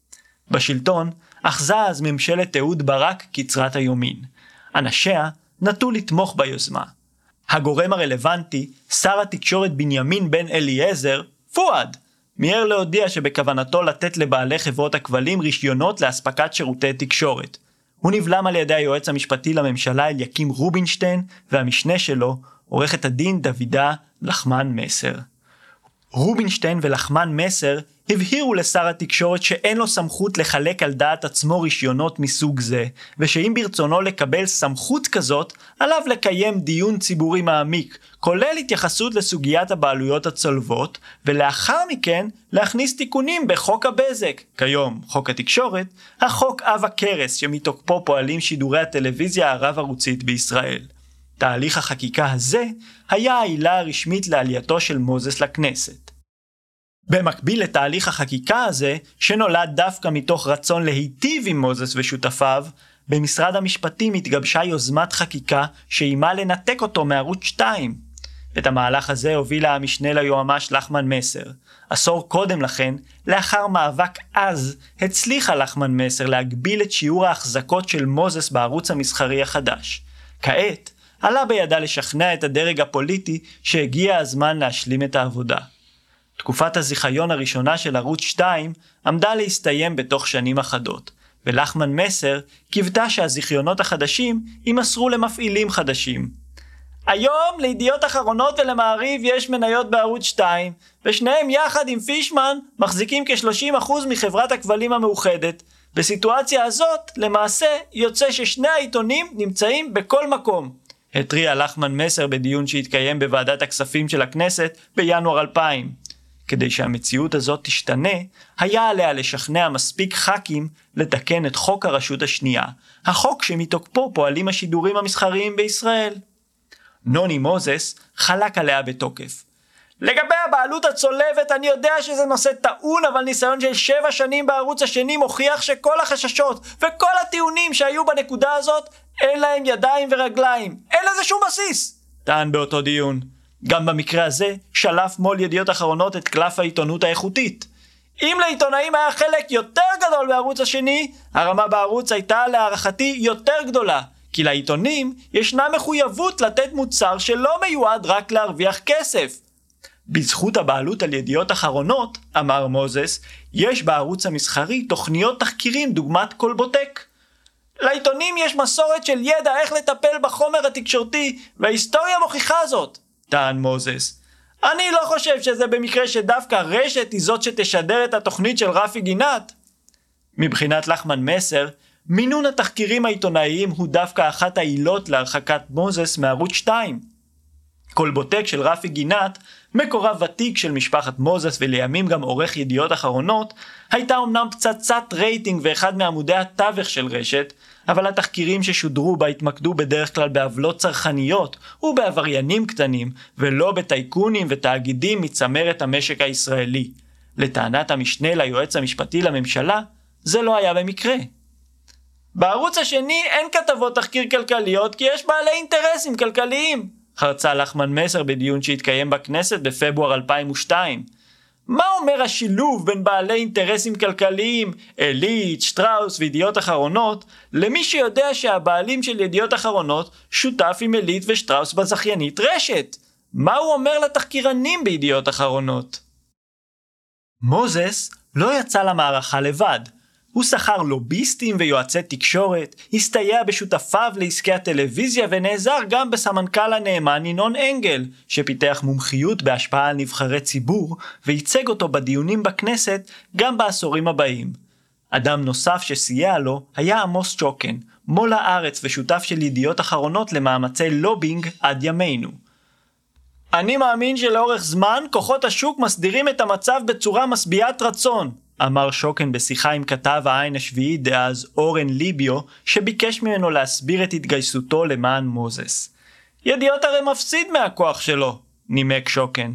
בשלטון, אחזה אז ממשלת אהוד ברק קצרת היומין. אנשיה נטו לתמוך ביוזמה. הגורם הרלוונטי, שר התקשורת בנימין בן אליעזר, פואד, מיהר להודיע שבכוונתו לתת לבעלי חברות הכבלים רישיונות להספקת שירותי תקשורת. הוא נבלם על ידי היועץ המשפטי לממשלה אליקים רובינשטיין והמשנה שלו, עורכת הדין דוידה לחמן מסר. רובינשטיין ולחמן מסר הבהירו לשר התקשורת שאין לו סמכות לחלק על דעת עצמו רישיונות מסוג זה, ושאם ברצונו לקבל סמכות כזאת, עליו לקיים דיון ציבורי מעמיק, כולל התייחסות לסוגיית הבעלויות הצולבות, ולאחר מכן להכניס תיקונים בחוק הבזק, כיום חוק התקשורת, החוק אב הכרס שמתוקפו פועלים שידורי הטלוויזיה הרב-ערוצית בישראל. תהליך החקיקה הזה היה העילה הרשמית לעלייתו של מוזס לכנסת. במקביל לתהליך החקיקה הזה, שנולד דווקא מתוך רצון להיטיב עם מוזס ושותפיו, במשרד המשפטים התגבשה יוזמת חקיקה שאיימה לנתק אותו מערוץ 2. את המהלך הזה הובילה המשנה ליועמ"ש לחמן מסר. עשור קודם לכן, לאחר מאבק אז, הצליחה לחמן מסר להגביל את שיעור ההחזקות של מוזס בערוץ המסחרי החדש. כעת, עלה בידה לשכנע את הדרג הפוליטי שהגיע הזמן להשלים את העבודה. תקופת הזיכיון הראשונה של ערוץ 2 עמדה להסתיים בתוך שנים אחדות, ולחמן מסר קיוותה שהזיכיונות החדשים יימסרו למפעילים חדשים. היום לידיעות אחרונות ולמעריב יש מניות בערוץ 2, ושניהם יחד עם פישמן מחזיקים כ-30% מחברת הכבלים המאוחדת. בסיטואציה הזאת למעשה יוצא ששני העיתונים נמצאים בכל מקום. התריע לחמן מסר בדיון שהתקיים בוועדת הכספים של הכנסת בינואר 2000. כדי שהמציאות הזאת תשתנה, היה עליה לשכנע מספיק ח"כים לתקן את חוק הרשות השנייה, החוק שמתוקפו פועלים השידורים המסחריים בישראל. נוני מוזס חלק עליה בתוקף. לגבי הבעלות הצולבת, אני יודע שזה נושא טעון, אבל ניסיון של 7 שנים בערוץ השני מוכיח שכל החששות וכל הטיעונים שהיו בנקודה הזאת, אין להם ידיים ורגליים. אין לזה שום בסיס, טען באותו דיון. גם במקרה הזה שלף מול ידיעות אחרונות את קלף העיתונות האיכותית. אם לעיתונאים היה חלק יותר גדול בערוץ השני, הרמה בערוץ הייתה להערכתי יותר גדולה, כי לעיתונים ישנה מחויבות לתת מוצר שלא מיועד רק להרוויח כסף. בזכות הבעלות על ידיעות אחרונות, אמר מוזס, יש בערוץ המסחרי תוכניות תחקירים דוגמת קולבוטק. לעיתונים יש מסורת של ידע איך לטפל בחומר התקשורתי, וההיסטוריה מוכיחה זאת, טען מוזס. אני לא חושב שזה במקרה שדווקא רשת היא זאת שתשדר את התוכנית של רפי גינת. מבחינת לחמן מסר, מינון התחקירים העיתונאיים הוא דווקא אחת העילות להרחקת מוזס מערוץ 2. קולבוטק של רפי גינת, מקורב ותיק של משפחת מוזס ולימים גם עורך ידיעות אחרונות, הייתה אמנם פצצת רייטינג ואחד מעמודי התווך של רשת, אבל התחקירים ששודרו בה התמקדו בדרך כלל בעוולות צרכניות ובעבריינים קטנים, ולא בטייקונים ותאגידים מצמרת המשק הישראלי. לטענת המשנה ליועץ המשפטי לממשלה, זה לא היה במקרה. בערוץ השני אין כתבות תחקיר כלכליות כי יש בעלי אינטרסים כלכליים, חרצה לחמן מסר בדיון שהתקיים בכנסת בפברואר 2002. מה אומר השילוב בין בעלי אינטרסים כלכליים, עילית, שטראוס וידיעות אחרונות, למי שיודע שהבעלים של ידיעות אחרונות שותף עם עילית ושטראוס בזכיינית רשת? מה הוא אומר לתחקירנים בידיעות אחרונות? מוזס לא יצא למערכה לבד. הוא שכר לוביסטים ויועצי תקשורת, הסתייע בשותפיו לעסקי הטלוויזיה ונעזר גם בסמנכ"ל הנאמן ינון אנגל, שפיתח מומחיות בהשפעה על נבחרי ציבור וייצג אותו בדיונים בכנסת גם בעשורים הבאים. אדם נוסף שסייע לו היה עמוס צ'וקן, מול הארץ ושותף של ידיעות אחרונות למאמצי לובינג עד ימינו. אני מאמין שלאורך זמן כוחות השוק מסדירים את המצב בצורה משביעת רצון, אמר שוקן בשיחה עם כתב העין השביעית דאז אורן ליביו, שביקש ממנו להסביר את התגייסותו למען מוזס. ידיעות הרי מפסיד מהכוח שלו, נימק שוקן.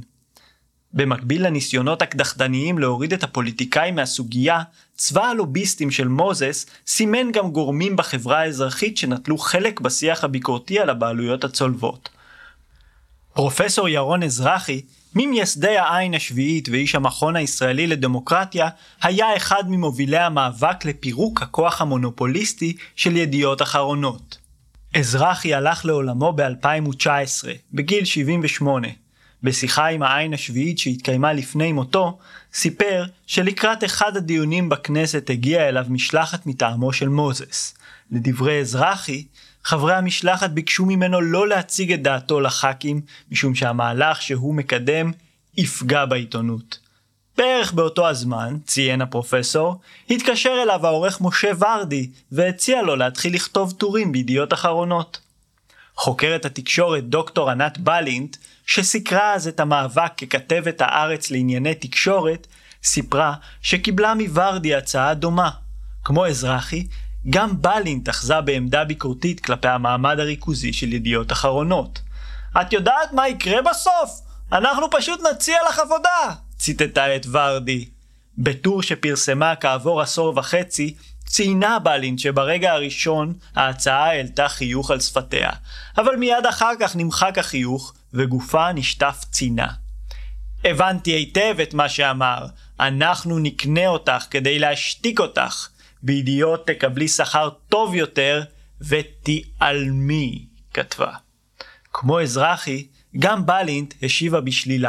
במקביל לניסיונות הקדחתניים להוריד את הפוליטיקאים מהסוגיה, צבא הלוביסטים של מוזס סימן גם גורמים בחברה האזרחית שנטלו חלק בשיח הביקורתי על הבעלויות הצולבות. פרופסור ירון אזרחי, ממייסדי העין השביעית ואיש המכון הישראלי לדמוקרטיה, היה אחד ממובילי המאבק לפירוק הכוח המונופוליסטי של ידיעות אחרונות. אזרחי הלך לעולמו ב-2019, בגיל 78. בשיחה עם העין השביעית שהתקיימה לפני מותו, סיפר שלקראת אחד הדיונים בכנסת הגיעה אליו משלחת מטעמו של מוזס. לדברי אזרחי, חברי המשלחת ביקשו ממנו לא להציג את דעתו לח"כים, משום שהמהלך שהוא מקדם יפגע בעיתונות. בערך באותו הזמן, ציין הפרופסור, התקשר אליו העורך משה ורדי, והציע לו להתחיל לכתוב טורים בידיעות אחרונות. חוקרת התקשורת דוקטור ענת בלינט, שסיקרה אז את המאבק ככתבת הארץ לענייני תקשורת, סיפרה שקיבלה מוורדי הצעה דומה. כמו אזרחי, גם בלינט אחזה בעמדה ביקורתית כלפי המעמד הריכוזי של ידיעות אחרונות. את יודעת מה יקרה בסוף? אנחנו פשוט נציע לך עבודה, ציטטה את ורדי. בטור שפרסמה כעבור עשור וחצי, ציינה בלינט שברגע הראשון ההצעה העלתה חיוך על שפתיה, אבל מיד אחר כך נמחק החיוך וגופה נשטף צינה. הבנתי היטב את מה שאמר, אנחנו נקנה אותך כדי להשתיק אותך, בידיעות תקבלי שכר טוב יותר ותיעלמי, כתבה. כמו אזרחי, גם בלינט השיבה בשלילה.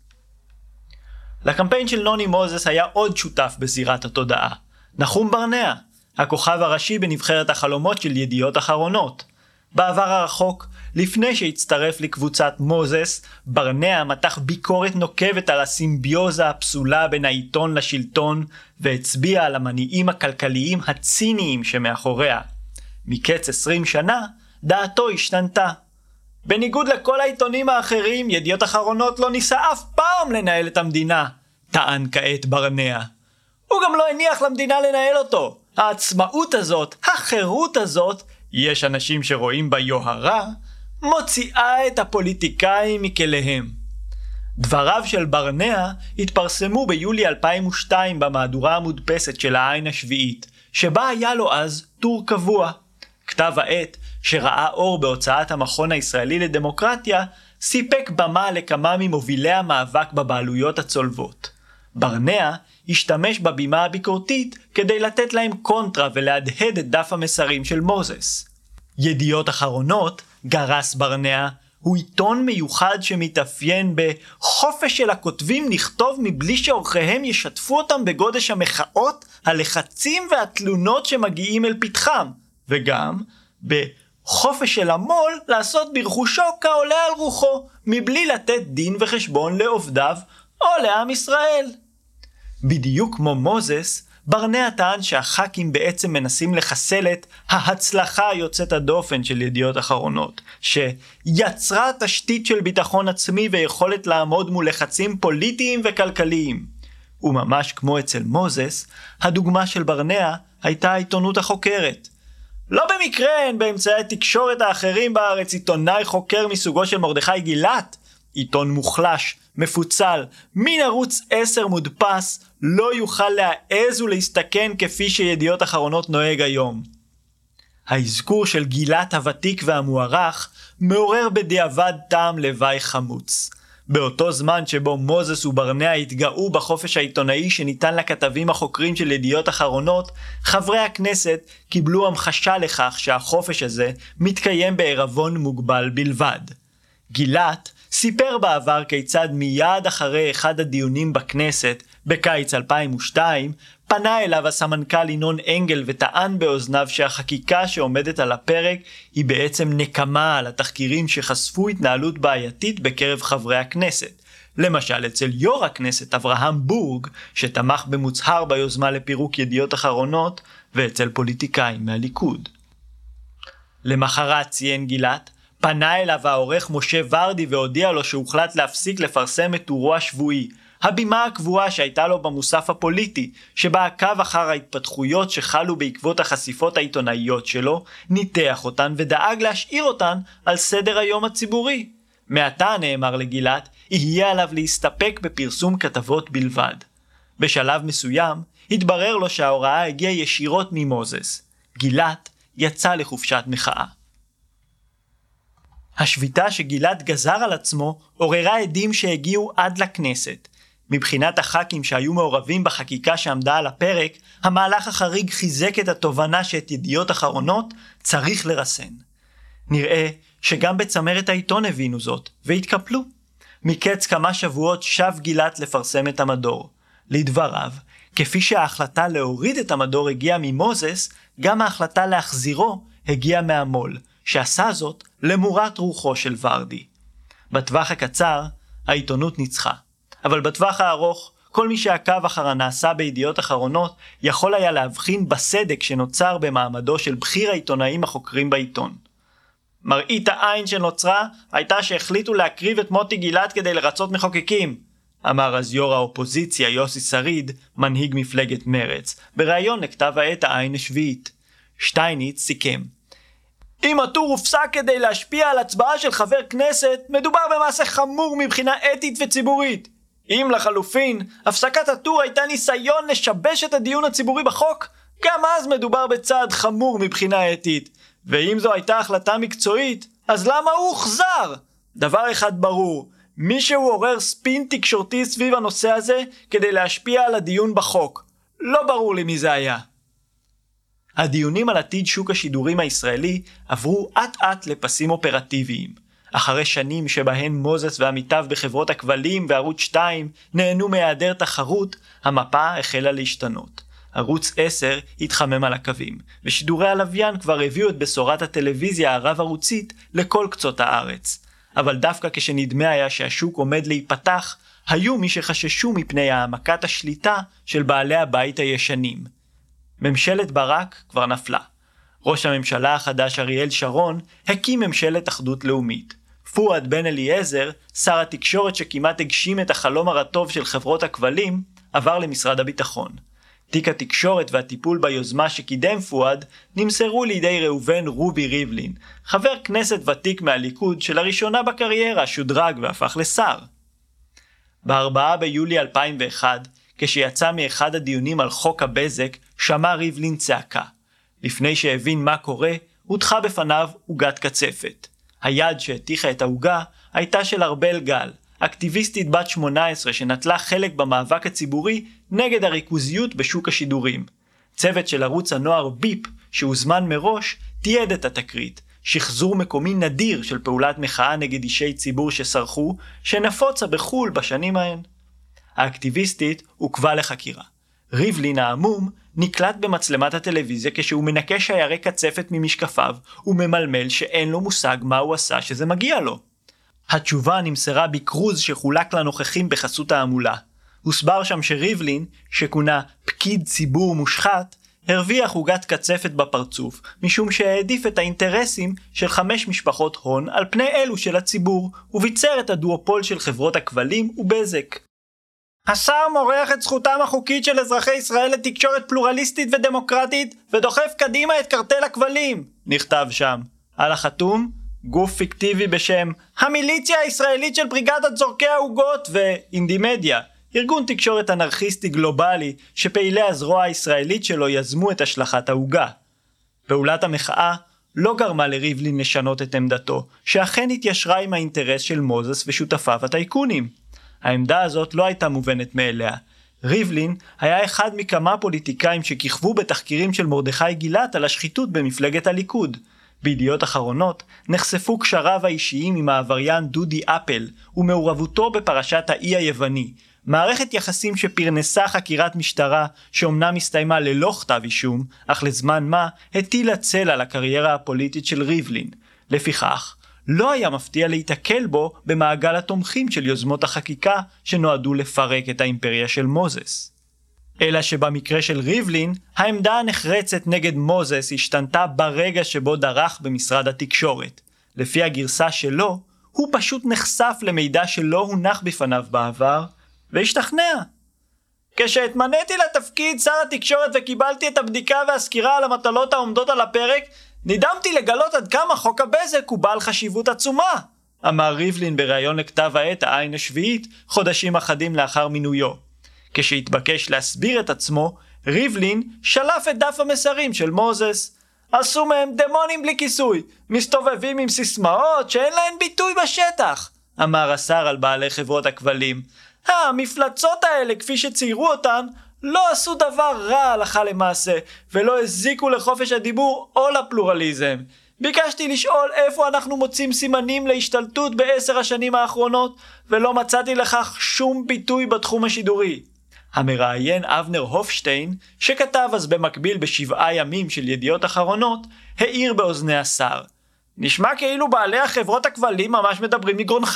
לקמפיין של נוני מוזס היה עוד שותף בזירת התודעה, נחום ברנע, הכוכב הראשי בנבחרת החלומות של ידיעות אחרונות. בעבר הרחוק, לפני שהצטרף לקבוצת מוזס, ברנע מתח ביקורת נוקבת על הסימביוזה הפסולה בין העיתון לשלטון, והצביע על המניעים הכלכליים הציניים שמאחוריה. מקץ 20 שנה, דעתו השתנתה. בניגוד לכל העיתונים האחרים, ידיעות אחרונות לא ניסה אף פעם לנהל את המדינה, טען כעת ברנע. הוא גם לא הניח למדינה לנהל אותו. העצמאות הזאת, החירות הזאת, יש אנשים שרואים בה יוהרה, מוציאה את הפוליטיקאים מכליהם. דבריו של ברנע התפרסמו ביולי 2002 במהדורה המודפסת של העין השביעית, שבה היה לו אז טור קבוע. כתב העת, שראה אור בהוצאת המכון הישראלי לדמוקרטיה, סיפק במה לכמה ממובילי המאבק בבעלויות הצולבות. ברנע השתמש בבימה הביקורתית כדי לתת להם קונטרה ולהדהד את דף המסרים של מוזס. ידיעות אחרונות, גרס ברנע, הוא עיתון מיוחד שמתאפיין בחופש של הכותבים לכתוב מבלי שעורכיהם ישתפו אותם בגודש המחאות, הלחצים והתלונות שמגיעים אל פתחם, וגם בחופש של המול לעשות ברכושו כעולה על רוחו, מבלי לתת דין וחשבון לעובדיו או לעם ישראל. בדיוק כמו מוזס, ברנע טען שהח"כים בעצם מנסים לחסל את ההצלחה היוצאת הדופן של ידיעות אחרונות, שיצרה תשתית של ביטחון עצמי ויכולת לעמוד מול לחצים פוליטיים וכלכליים. וממש כמו אצל מוזס, הדוגמה של ברנע הייתה העיתונות החוקרת. לא במקרה אין באמצעי התקשורת האחרים בארץ עיתונאי חוקר מסוגו של מרדכי גילת, עיתון מוחלש, מפוצל, מן ערוץ 10 מודפס, לא יוכל להעז ולהסתכן כפי שידיעות אחרונות נוהג היום. האזכור של גילת הוותיק והמוערך מעורר בדיעבד טעם לוואי חמוץ. באותו זמן שבו מוזס וברנע התגאו בחופש העיתונאי שניתן לכתבים החוקרים של ידיעות אחרונות, חברי הכנסת קיבלו המחשה לכך שהחופש הזה מתקיים בערבון מוגבל בלבד. גילת סיפר בעבר כיצד מיד אחרי אחד הדיונים בכנסת, בקיץ 2002, פנה אליו הסמנכ"ל ינון אנגל וטען באוזניו שהחקיקה שעומדת על הפרק היא בעצם נקמה על התחקירים שחשפו התנהלות בעייתית בקרב חברי הכנסת. למשל אצל יו"ר הכנסת אברהם בורג, שתמך במוצהר ביוזמה לפירוק ידיעות אחרונות, ואצל פוליטיקאים מהליכוד. למחרת, ציין גילת, פנה אליו העורך משה ורדי והודיע לו שהוחלט להפסיק לפרסם את טורו השבועי, הבימה הקבועה שהייתה לו במוסף הפוליטי, שבה עקב אחר ההתפתחויות שחלו בעקבות החשיפות העיתונאיות שלו, ניתח אותן ודאג להשאיר אותן על סדר היום הציבורי. מעתה, נאמר לגילת, יהיה עליו להסתפק בפרסום כתבות בלבד. בשלב מסוים, התברר לו שההוראה הגיעה ישירות ממוזס. גילת יצא לחופשת מחאה. השביתה שגילת גזר על עצמו עוררה עדים שהגיעו עד לכנסת. מבחינת הח"כים שהיו מעורבים בחקיקה שעמדה על הפרק, המהלך החריג חיזק את התובנה שאת ידיעות אחרונות צריך לרסן. נראה שגם בצמרת העיתון הבינו זאת, והתקפלו. מקץ כמה שבועות שב גילת לפרסם את המדור. לדבריו, כפי שההחלטה להוריד את המדור הגיעה ממוזס, גם ההחלטה להחזירו הגיעה מהמול, שעשה זאת למורת רוחו של ורדי. בטווח הקצר, העיתונות ניצחה. אבל בטווח הארוך, כל מי שעקב אחר הנעשה בידיעות אחרונות יכול היה להבחין בסדק שנוצר במעמדו של בכיר העיתונאים החוקרים בעיתון. מראית העין שנוצרה הייתה שהחליטו להקריב את מוטי גילת כדי לרצות מחוקקים, אמר אז יו"ר האופוזיציה יוסי שריד, מנהיג מפלגת מרץ, בריאיון לכתב העת העין השביעית. שטייניץ סיכם: אם הטור הופסק כדי להשפיע על הצבעה של חבר כנסת, מדובר במעשה חמור מבחינה אתית וציבורית. אם לחלופין, הפסקת הטור הייתה ניסיון לשבש את הדיון הציבורי בחוק, גם אז מדובר בצעד חמור מבחינה אתית. ואם זו הייתה החלטה מקצועית, אז למה הוא הוחזר? דבר אחד ברור, מישהו עורר ספין תקשורתי סביב הנושא הזה כדי להשפיע על הדיון בחוק. לא ברור לי מי זה היה. הדיונים על עתיד שוק השידורים הישראלי עברו אט-אט לפסים אופרטיביים. אחרי שנים שבהן מוזס ועמיתיו בחברות הכבלים וערוץ 2 נהנו מהיעדר תחרות, המפה החלה להשתנות. ערוץ 10 התחמם על הקווים, ושידורי הלוויין כבר הביאו את בשורת הטלוויזיה הרב-ערוצית לכל קצות הארץ. אבל דווקא כשנדמה היה שהשוק עומד להיפתח, היו מי שחששו מפני העמקת השליטה של בעלי הבית הישנים. ממשלת ברק כבר נפלה. ראש הממשלה החדש אריאל שרון הקים ממשלת אחדות לאומית. פואד בן אליעזר, שר התקשורת שכמעט הגשים את החלום הרטוב של חברות הכבלים, עבר למשרד הביטחון. תיק התקשורת והטיפול ביוזמה שקידם פואד נמסרו לידי ראובן רובי ריבלין, חבר כנסת ותיק מהליכוד שלראשונה בקריירה שודרג והפך לשר. ב-4 ביולי 2001, כשיצא מאחד הדיונים על חוק הבזק, שמע ריבלין צעקה. לפני שהבין מה קורה, הודחה בפניו עוגת קצפת. היד שהתיכה את העוגה הייתה של ארבל גל, אקטיביסטית בת 18 שנטלה חלק במאבק הציבורי נגד הריכוזיות בשוק השידורים. צוות של ערוץ הנוער ביפ, שהוזמן מראש, תיעד את התקרית, שחזור מקומי נדיר של פעולת מחאה נגד אישי ציבור שסרחו, שנפוצה בחול בשנים ההן. האקטיביסטית עוכבה לחקירה. ריבלין העמום נקלט במצלמת הטלוויזיה כשהוא מנקה שיירי קצפת ממשקפיו וממלמל שאין לו מושג מה הוא עשה שזה מגיע לו. התשובה נמסרה בקרוז שחולק לנוכחים בחסות העמולה. הוסבר שם שריבלין, שכונה פקיד ציבור מושחת, הרוויח עוגת קצפת בפרצוף, משום שהעדיף את האינטרסים של 5 משפחות הון על פני אלו של הציבור, וביצר את הדואופול של חברות הכבלים ובזק. השר מורח את זכותם החוקית של אזרחי ישראל לתקשורת פלורליסטית ודמוקרטית, ודוחף קדימה את קרטל הכבלים, נכתב שם. על החתום, גוף פיקטיבי בשם המיליציה הישראלית של בריגדת זורקי העוגות ואינדימדיה, ארגון תקשורת אנרכיסטי גלובלי שפעילי הזרוע הישראלית שלו יזמו את השלכת העוגה. פעולת המחאה לא גרמה לריבלין לשנות את עמדתו, שאכן התיישרה עם האינטרס של מוזס ושותפיו הטייקונים. העמדה הזאת לא הייתה מובנת מאליה. ריבלין היה אחד מכמה פוליטיקאים שכיכבו בתחקירים של מרדכי גילת על השחיתות במפלגת הליכוד. בידיעות אחרונות נחשפו קשריו האישיים עם העבריין דודי אפל ומעורבותו בפרשת האי היווני, מערכת יחסים שפרנסה חקירת משטרה שאומנם הסתיימה ללא כתב אישום, אך לזמן מה הטילה צל על הקריירה הפוליטית של ריבלין. לפיכך, לא היה מפתיע להתקל בו במעגל התומכים של יוזמות החקיקה שנועדו לפרק את האימפריה של מוזס. אלא שבמקרה של ריבלין, העמדה הנחרצת נגד מוזס השתנתה ברגע שבו דרך במשרד התקשורת. לפי הגרסה שלו, הוא פשוט נחשף למידע שלא הונח בפניו בעבר, והשתכנע. כשהתמניתי לתפקיד שר התקשורת וקיבלתי את הבדיקה והסקירה על המטלות העומדות על הפרק, נדהמתי לגלות עד כמה חוק הבזק הוא בעל חשיבות עצומה, אמר ריבלין בריאיון לכתב העת העין השביעית חודשים אחדים לאחר מינויו. כשהתבקש להסביר את עצמו, ריבלין שלף את דף המסרים של מוזס. עשו מהם דמונים בלי כיסוי, מסתובבים עם סיסמאות שאין להן ביטוי בשטח, אמר השר על בעלי חברות הכבלים. המפלצות האלה, כפי שציירו אותן, לא עשו דבר רע הלכה למעשה, ולא הזיקו לחופש הדיבור או לפלורליזם. ביקשתי לשאול איפה אנחנו מוצאים סימנים להשתלטות ב10 השנים האחרונות, ולא מצאתי לכך שום ביטוי בתחום השידורי. המראיין אבנר הופשטיין, שכתב אז במקביל ב7 ימים של ידיעות אחרונות, העיר באוזני השר. נשמע כאילו בעלי החברות הכבלים ממש מדברים מגרונך.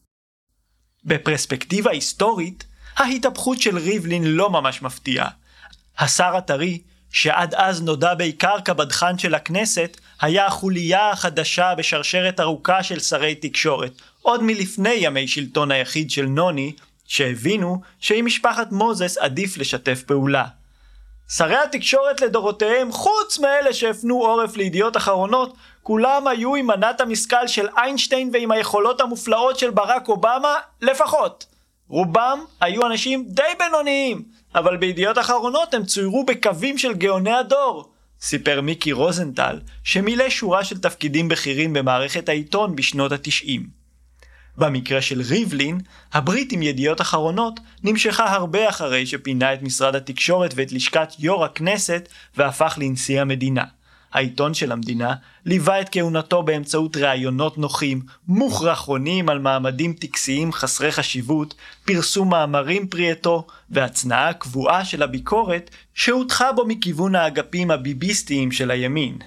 בפרספקטיבה היסטורית, ההתהפכות של ריבלין לא ממש מפתיעה. השר הטרי, שעד אז נודע בעיקר כבדחן של הכנסת, היה החוליה החדשה בשרשרת ארוכה של שרי תקשורת, עוד מלפני ימי שלטון היחיד של נוני, שהבינו שעם משפחת מוזס עדיף לשתף פעולה. שרי התקשורת לדורותיהם, חוץ מאלה שהפנו עורף לידיעות אחרונות, כולם היו עם מנת המשכל של איינשטיין ועם היכולות המופלאות של ברק אובמה לפחות. רובם היו אנשים די בינוניים, אבל בידיעות אחרונות הם צוירו בקווים של גאוני הדור, סיפר מיקי רוזנטל, שמילא שורה של תפקידים בכירים במערכת העיתון בשנות ה-90. במקרה של ריבלין, הברית עם ידיעות אחרונות נמשכה הרבה אחרי שפינה את משרד התקשורת ואת לשכת יו"ר הכנסת והפך לנשיא המדינה. העיתון של המדינה ליווה את כהונתו באמצעות ראיונות נוחים, מוכרחונים על מעמדים טקסיים חסרי חשיבות, פרסום מאמרים פרי עטו והצנעה קבועה של הביקורת שהותחה בו מכיוון האגפים הביביסטיים של הימין.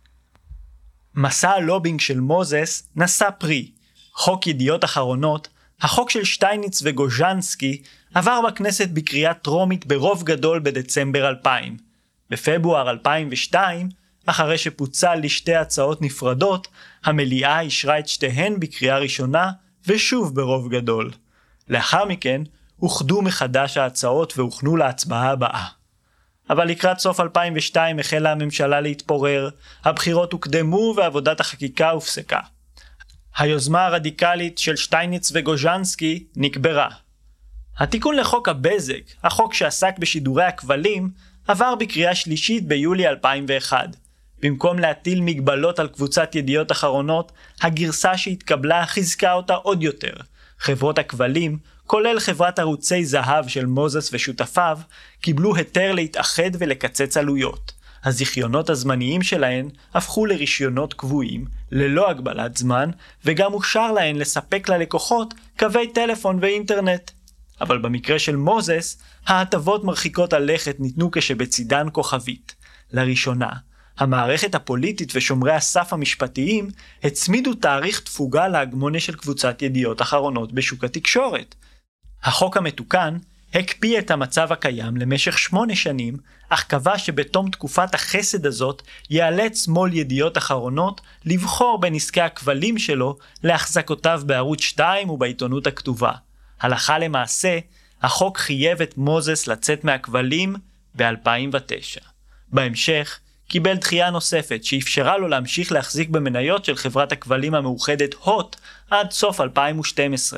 מסע הלובינג של מוזס נשא פרי. חוק ידיעות אחרונות, החוק של שטייניץ וגוז'נסקי, עבר בכנסת בקריאה טרומית ברוב גדול בדצמבר 2000. בפברואר 2002, אחרי שפוצל לשתי הצעות נפרדות, המליאה אישרה את שתיהן בקריאה ראשונה ושוב ברוב גדול. לאחר מכן, אוחדו מחדש ההצעות והוכנו להצבעה הבאה. אבל לקראת סוף 2002 החלה הממשלה להתפורר, הבחירות הוקדמו ועבודת החקיקה הופסקה. היוזמה הרדיקלית של שטייניץ וגוז'נסקי נקברה. התיקון לחוק הבזק, החוק שעסק בשידורי הכבלים, עבר בקריאה שלישית ביולי 2001. במקום להטיל מגבלות על קבוצת ידיעות אחרונות, הגרסה שהתקבלה חיזקה אותה עוד יותר. חברות הכבלים, כולל חברת ערוצי זהב של מוזס ושותפיו, קיבלו היתר להתאחד ולקצץ עלויות. הזיכיונות הזמניים שלהן הפכו לרישיונות קבועים, ללא הגבלת זמן, וגם אושר להן לספק ללקוחות קווי טלפון ואינטרנט. אבל במקרה של מוזס, ההטבות מרחיקות הלכת ניתנו כשבצידן כוכבית. לראשונה, המערכת הפוליטית ושומרי הסף המשפטיים הצמידו תאריך תפוגה להגמוניה של קבוצת ידיעות אחרונות בשוק התקשורת. החוק המתוקן הקפיא את המצב הקיים למשך 8 שנים, אך קבע שבתום תקופת החסד הזאת ייאלץ מו"ל ידיעות אחרונות לבחור בין עסקי הכבלים שלו להחזקותיו בערוץ 2 ובעיתונות הכתובה. הלכה למעשה, החוק חייב את מוזס לצאת מהכבלים ב-2009. בהמשך, קיבל דחייה נוספת שאפשרה לו להמשיך להחזיק במניות של חברת הכבלים המאוחדת הוט עד סוף 2012.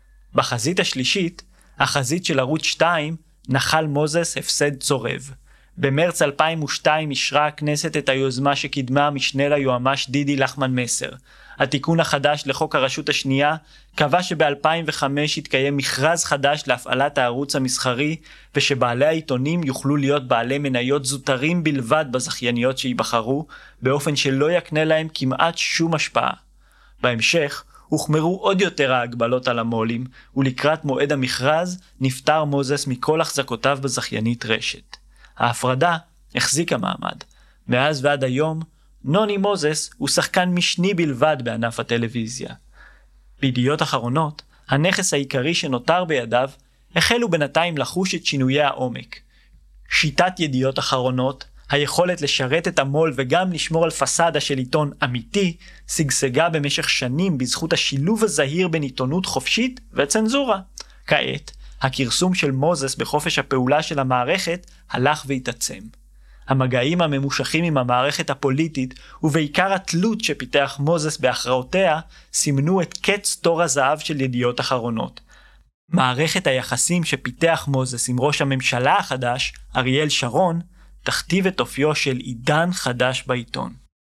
בחזית השלישית, החזית של ערוץ 2, נחל מוזס הפסד צורב. במרץ 2002 אישרה הכנסת את היוזמה שקידמה המשנה ליועמ"ש דידי לחמן מסר. התיקון החדש לחוק הרשות השנייה קבע שב-2005 יתקיים מכרז חדש להפעלת הערוץ המסחרי, ושבעלי העיתונים יוכלו להיות בעלי מניות זוטרים בלבד בזכייניות שיבחרו, באופן שלא יקנה להם כמעט שום השפעה. בהמשך הוחמרו עוד יותר ההגבלות על המו"לים, ולקראת מועד המכרז נפטר מוזס מכל החזקותיו בזכיינית רשת. ההפרדה החזיקה מעמד. מאז ועד היום, נוני מוזס הוא שחקן משני בלבד בענף הטלוויזיה. בידיעות אחרונות, הנכס העיקרי שנותר בידיו, החלו בינתיים לחוש את שינויי העומק. שיטת ידיעות אחרונות, היכולת לשרת את המו"ל וגם לשמור על פסאדה של עיתון אמיתי, שגשגה במשך שנים בזכות השילוב הזהיר בין עיתונות חופשית וצנזורה. כעת, הכרסום של מוזס בחופש הפעולה של המערכת הלך והתעצם. המגעים הממושכים עם המערכת הפוליטית, ובעיקר התלות שפיתח מוזס בהכרעותיה, סימנו את קץ תור הזהב של ידיעות אחרונות. מערכת היחסים שפיתח מוזס עם ראש הממשלה החדש, אריאל שרון, תכתיב את אופיו של עידן חדש בעיתון.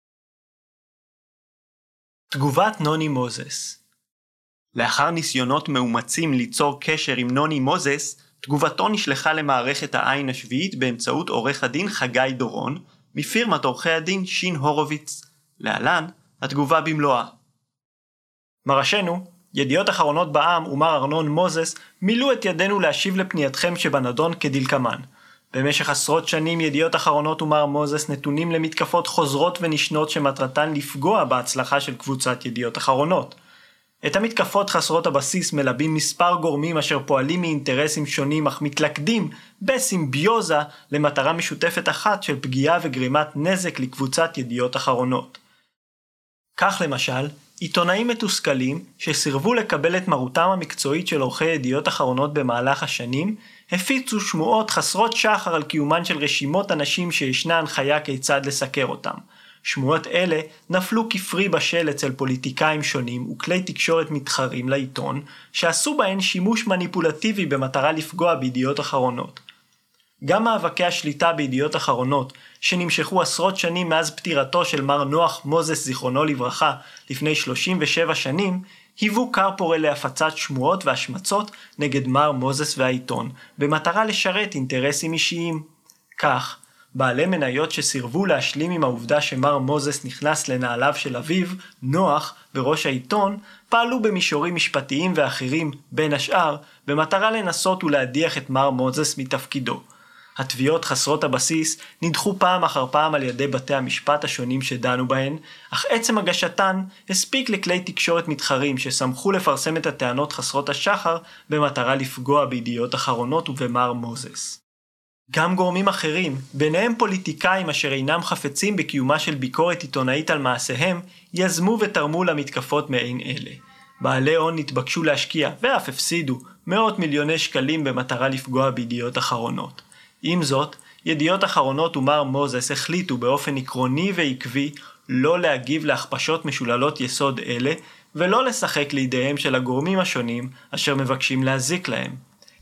תגובת נוני מוזס. לאחר ניסיונות מאומצים ליצור קשר עם נוני מוזס, תגובתו נשלחה למערכת העין השביעית באמצעות עורך הדין חגי דורון, מפירמת עורכי הדין שין הורוביץ. להלן, התגובה במלואה. מרשנו, ידיעות אחרונות בע"מ ומר ארנון מוזס מילאו את ידינו להשיב לפנייתכם שבנדון כדלקמן. במשך עשרות שנים ידיעות אחרונות ומר מוזס נתונים למתקפות חוזרות ונשנות שמטרתן לפגוע בהצלחה של קבוצת ידיעות אחרונות. את המתקפות חסרות הבסיס מלבים מספר גורמים אשר פועלים מאינטרסים שונים אך מתלכדים בסימביוזה למטרה משותפת אחת של פגיעה וגרימת נזק לקבוצת ידיעות אחרונות. כך למשל, עיתונאים מתוסכלים שסירבו לקבל את מרותם המקצועית של עורכי ידיעות אחרונות במהלך השנים, הפיצו שמועות חסרות שחר על קיומן של רשימות אנשים שישנה הנחיה כיצד לסקר אותם. שמועות אלה נפלו כפרי בשל אצל פוליטיקאים שונים וכלי תקשורת מתחרים לעיתון, שעשו בהן שימוש מניפולטיבי במטרה לפגוע בידיעות אחרונות. גם מאבקי השליטה בידיעות אחרונות, שנמשכו עשרות שנים מאז פטירתו של מר נוח מוזס זיכרונו לברכה לפני 37 שנים, היוו כר פורה להפצת שמועות והשמצות נגד מר מוזס והעיתון, במטרה לשרת אינטרסים אישיים. כך, בעלי מניות שסירבו להשלים עם העובדה שמר מוזס נכנס לנעליו של אביו, נוח, בראש העיתון, פעלו במישורים משפטיים ואחרים, בין השאר, במטרה לנסות ולהדיח את מר מוזס מתפקידו. התביעות חסרות הבסיס נדחו פעם אחר פעם על ידי בתי המשפט השונים שדנו בהן, אך עצם הגשתן הספיק לכלי תקשורת מתחרים ששמחו לפרסם את הטענות חסרות השחר במטרה לפגוע בידיעות אחרונות ובמר מוזס. גם גורמים אחרים, ביניהם פוליטיקאים אשר אינם חפצים בקיומה של ביקורת עיתונאית על מעשיהם, יזמו ותרמו למתקפות מעין אלה. בעלי הון נתבקשו להשקיע, ואף הפסידו, מאות מיליוני שקלים במטרה לפגוע בידיעות אחרונות. עם זאת, ידיעות אחרונות ומר מוזס החליטו באופן עקרוני ועקבי לא להגיב להכפשות משוללות יסוד אלה, ולא לשחק לידיהם של הגורמים השונים אשר מבקשים להזיק להם.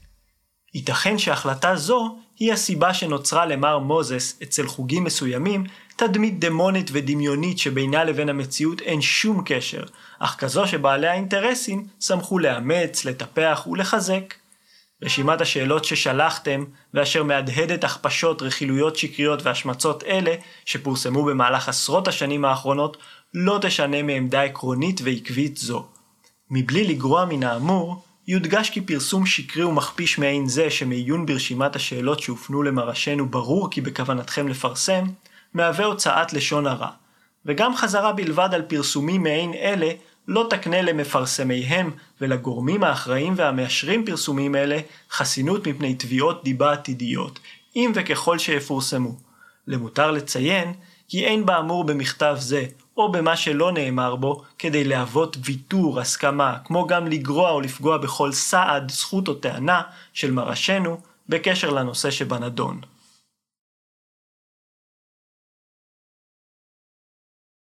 ייתכן שהחלטה זו היא הסיבה שנוצרה למר מוזס אצל חוגים מסוימים תדמית דמונית ודמיונית שבינה לבין המציאות אין שום קשר, אך כזו שבעלי האינטרסים שמחו לאמץ, לטפח ולחזק. רשימת השאלות ששלחתם ואשר מהדהדת הכפשות, רכילויות שקריות והשמצות אלה שפורסמו במהלך עשרות השנים האחרונות לא תשנה מעמדה עקרונית ועקבית זו. מבלי לגרוע מן האמור, יודגש כי פרסום שקרי ומכפיש מעין זה שמעיון ברשימת השאלות שהופנו למרשנו ברור כי בכוונתכם לפרסם, מהווה הוצאת לשון הרע. וגם חזרה בלבד על פרסומים מעין אלה לא תקנה למפרסמיהם ולגורמים האחראים והמאשרים פרסומים אלה חסינות מפני תביעות דיבה עתידיות, אם וככל שיפורסמו. למותר לציין כי אין באמור במכתב זה או במה שלא נאמר בו כדי להוות ויתור, הסכמה, כמו גם לגרוע או לפגוע בכל סעד, זכות או טענה של מרשנו בקשר לנושא שבנדון.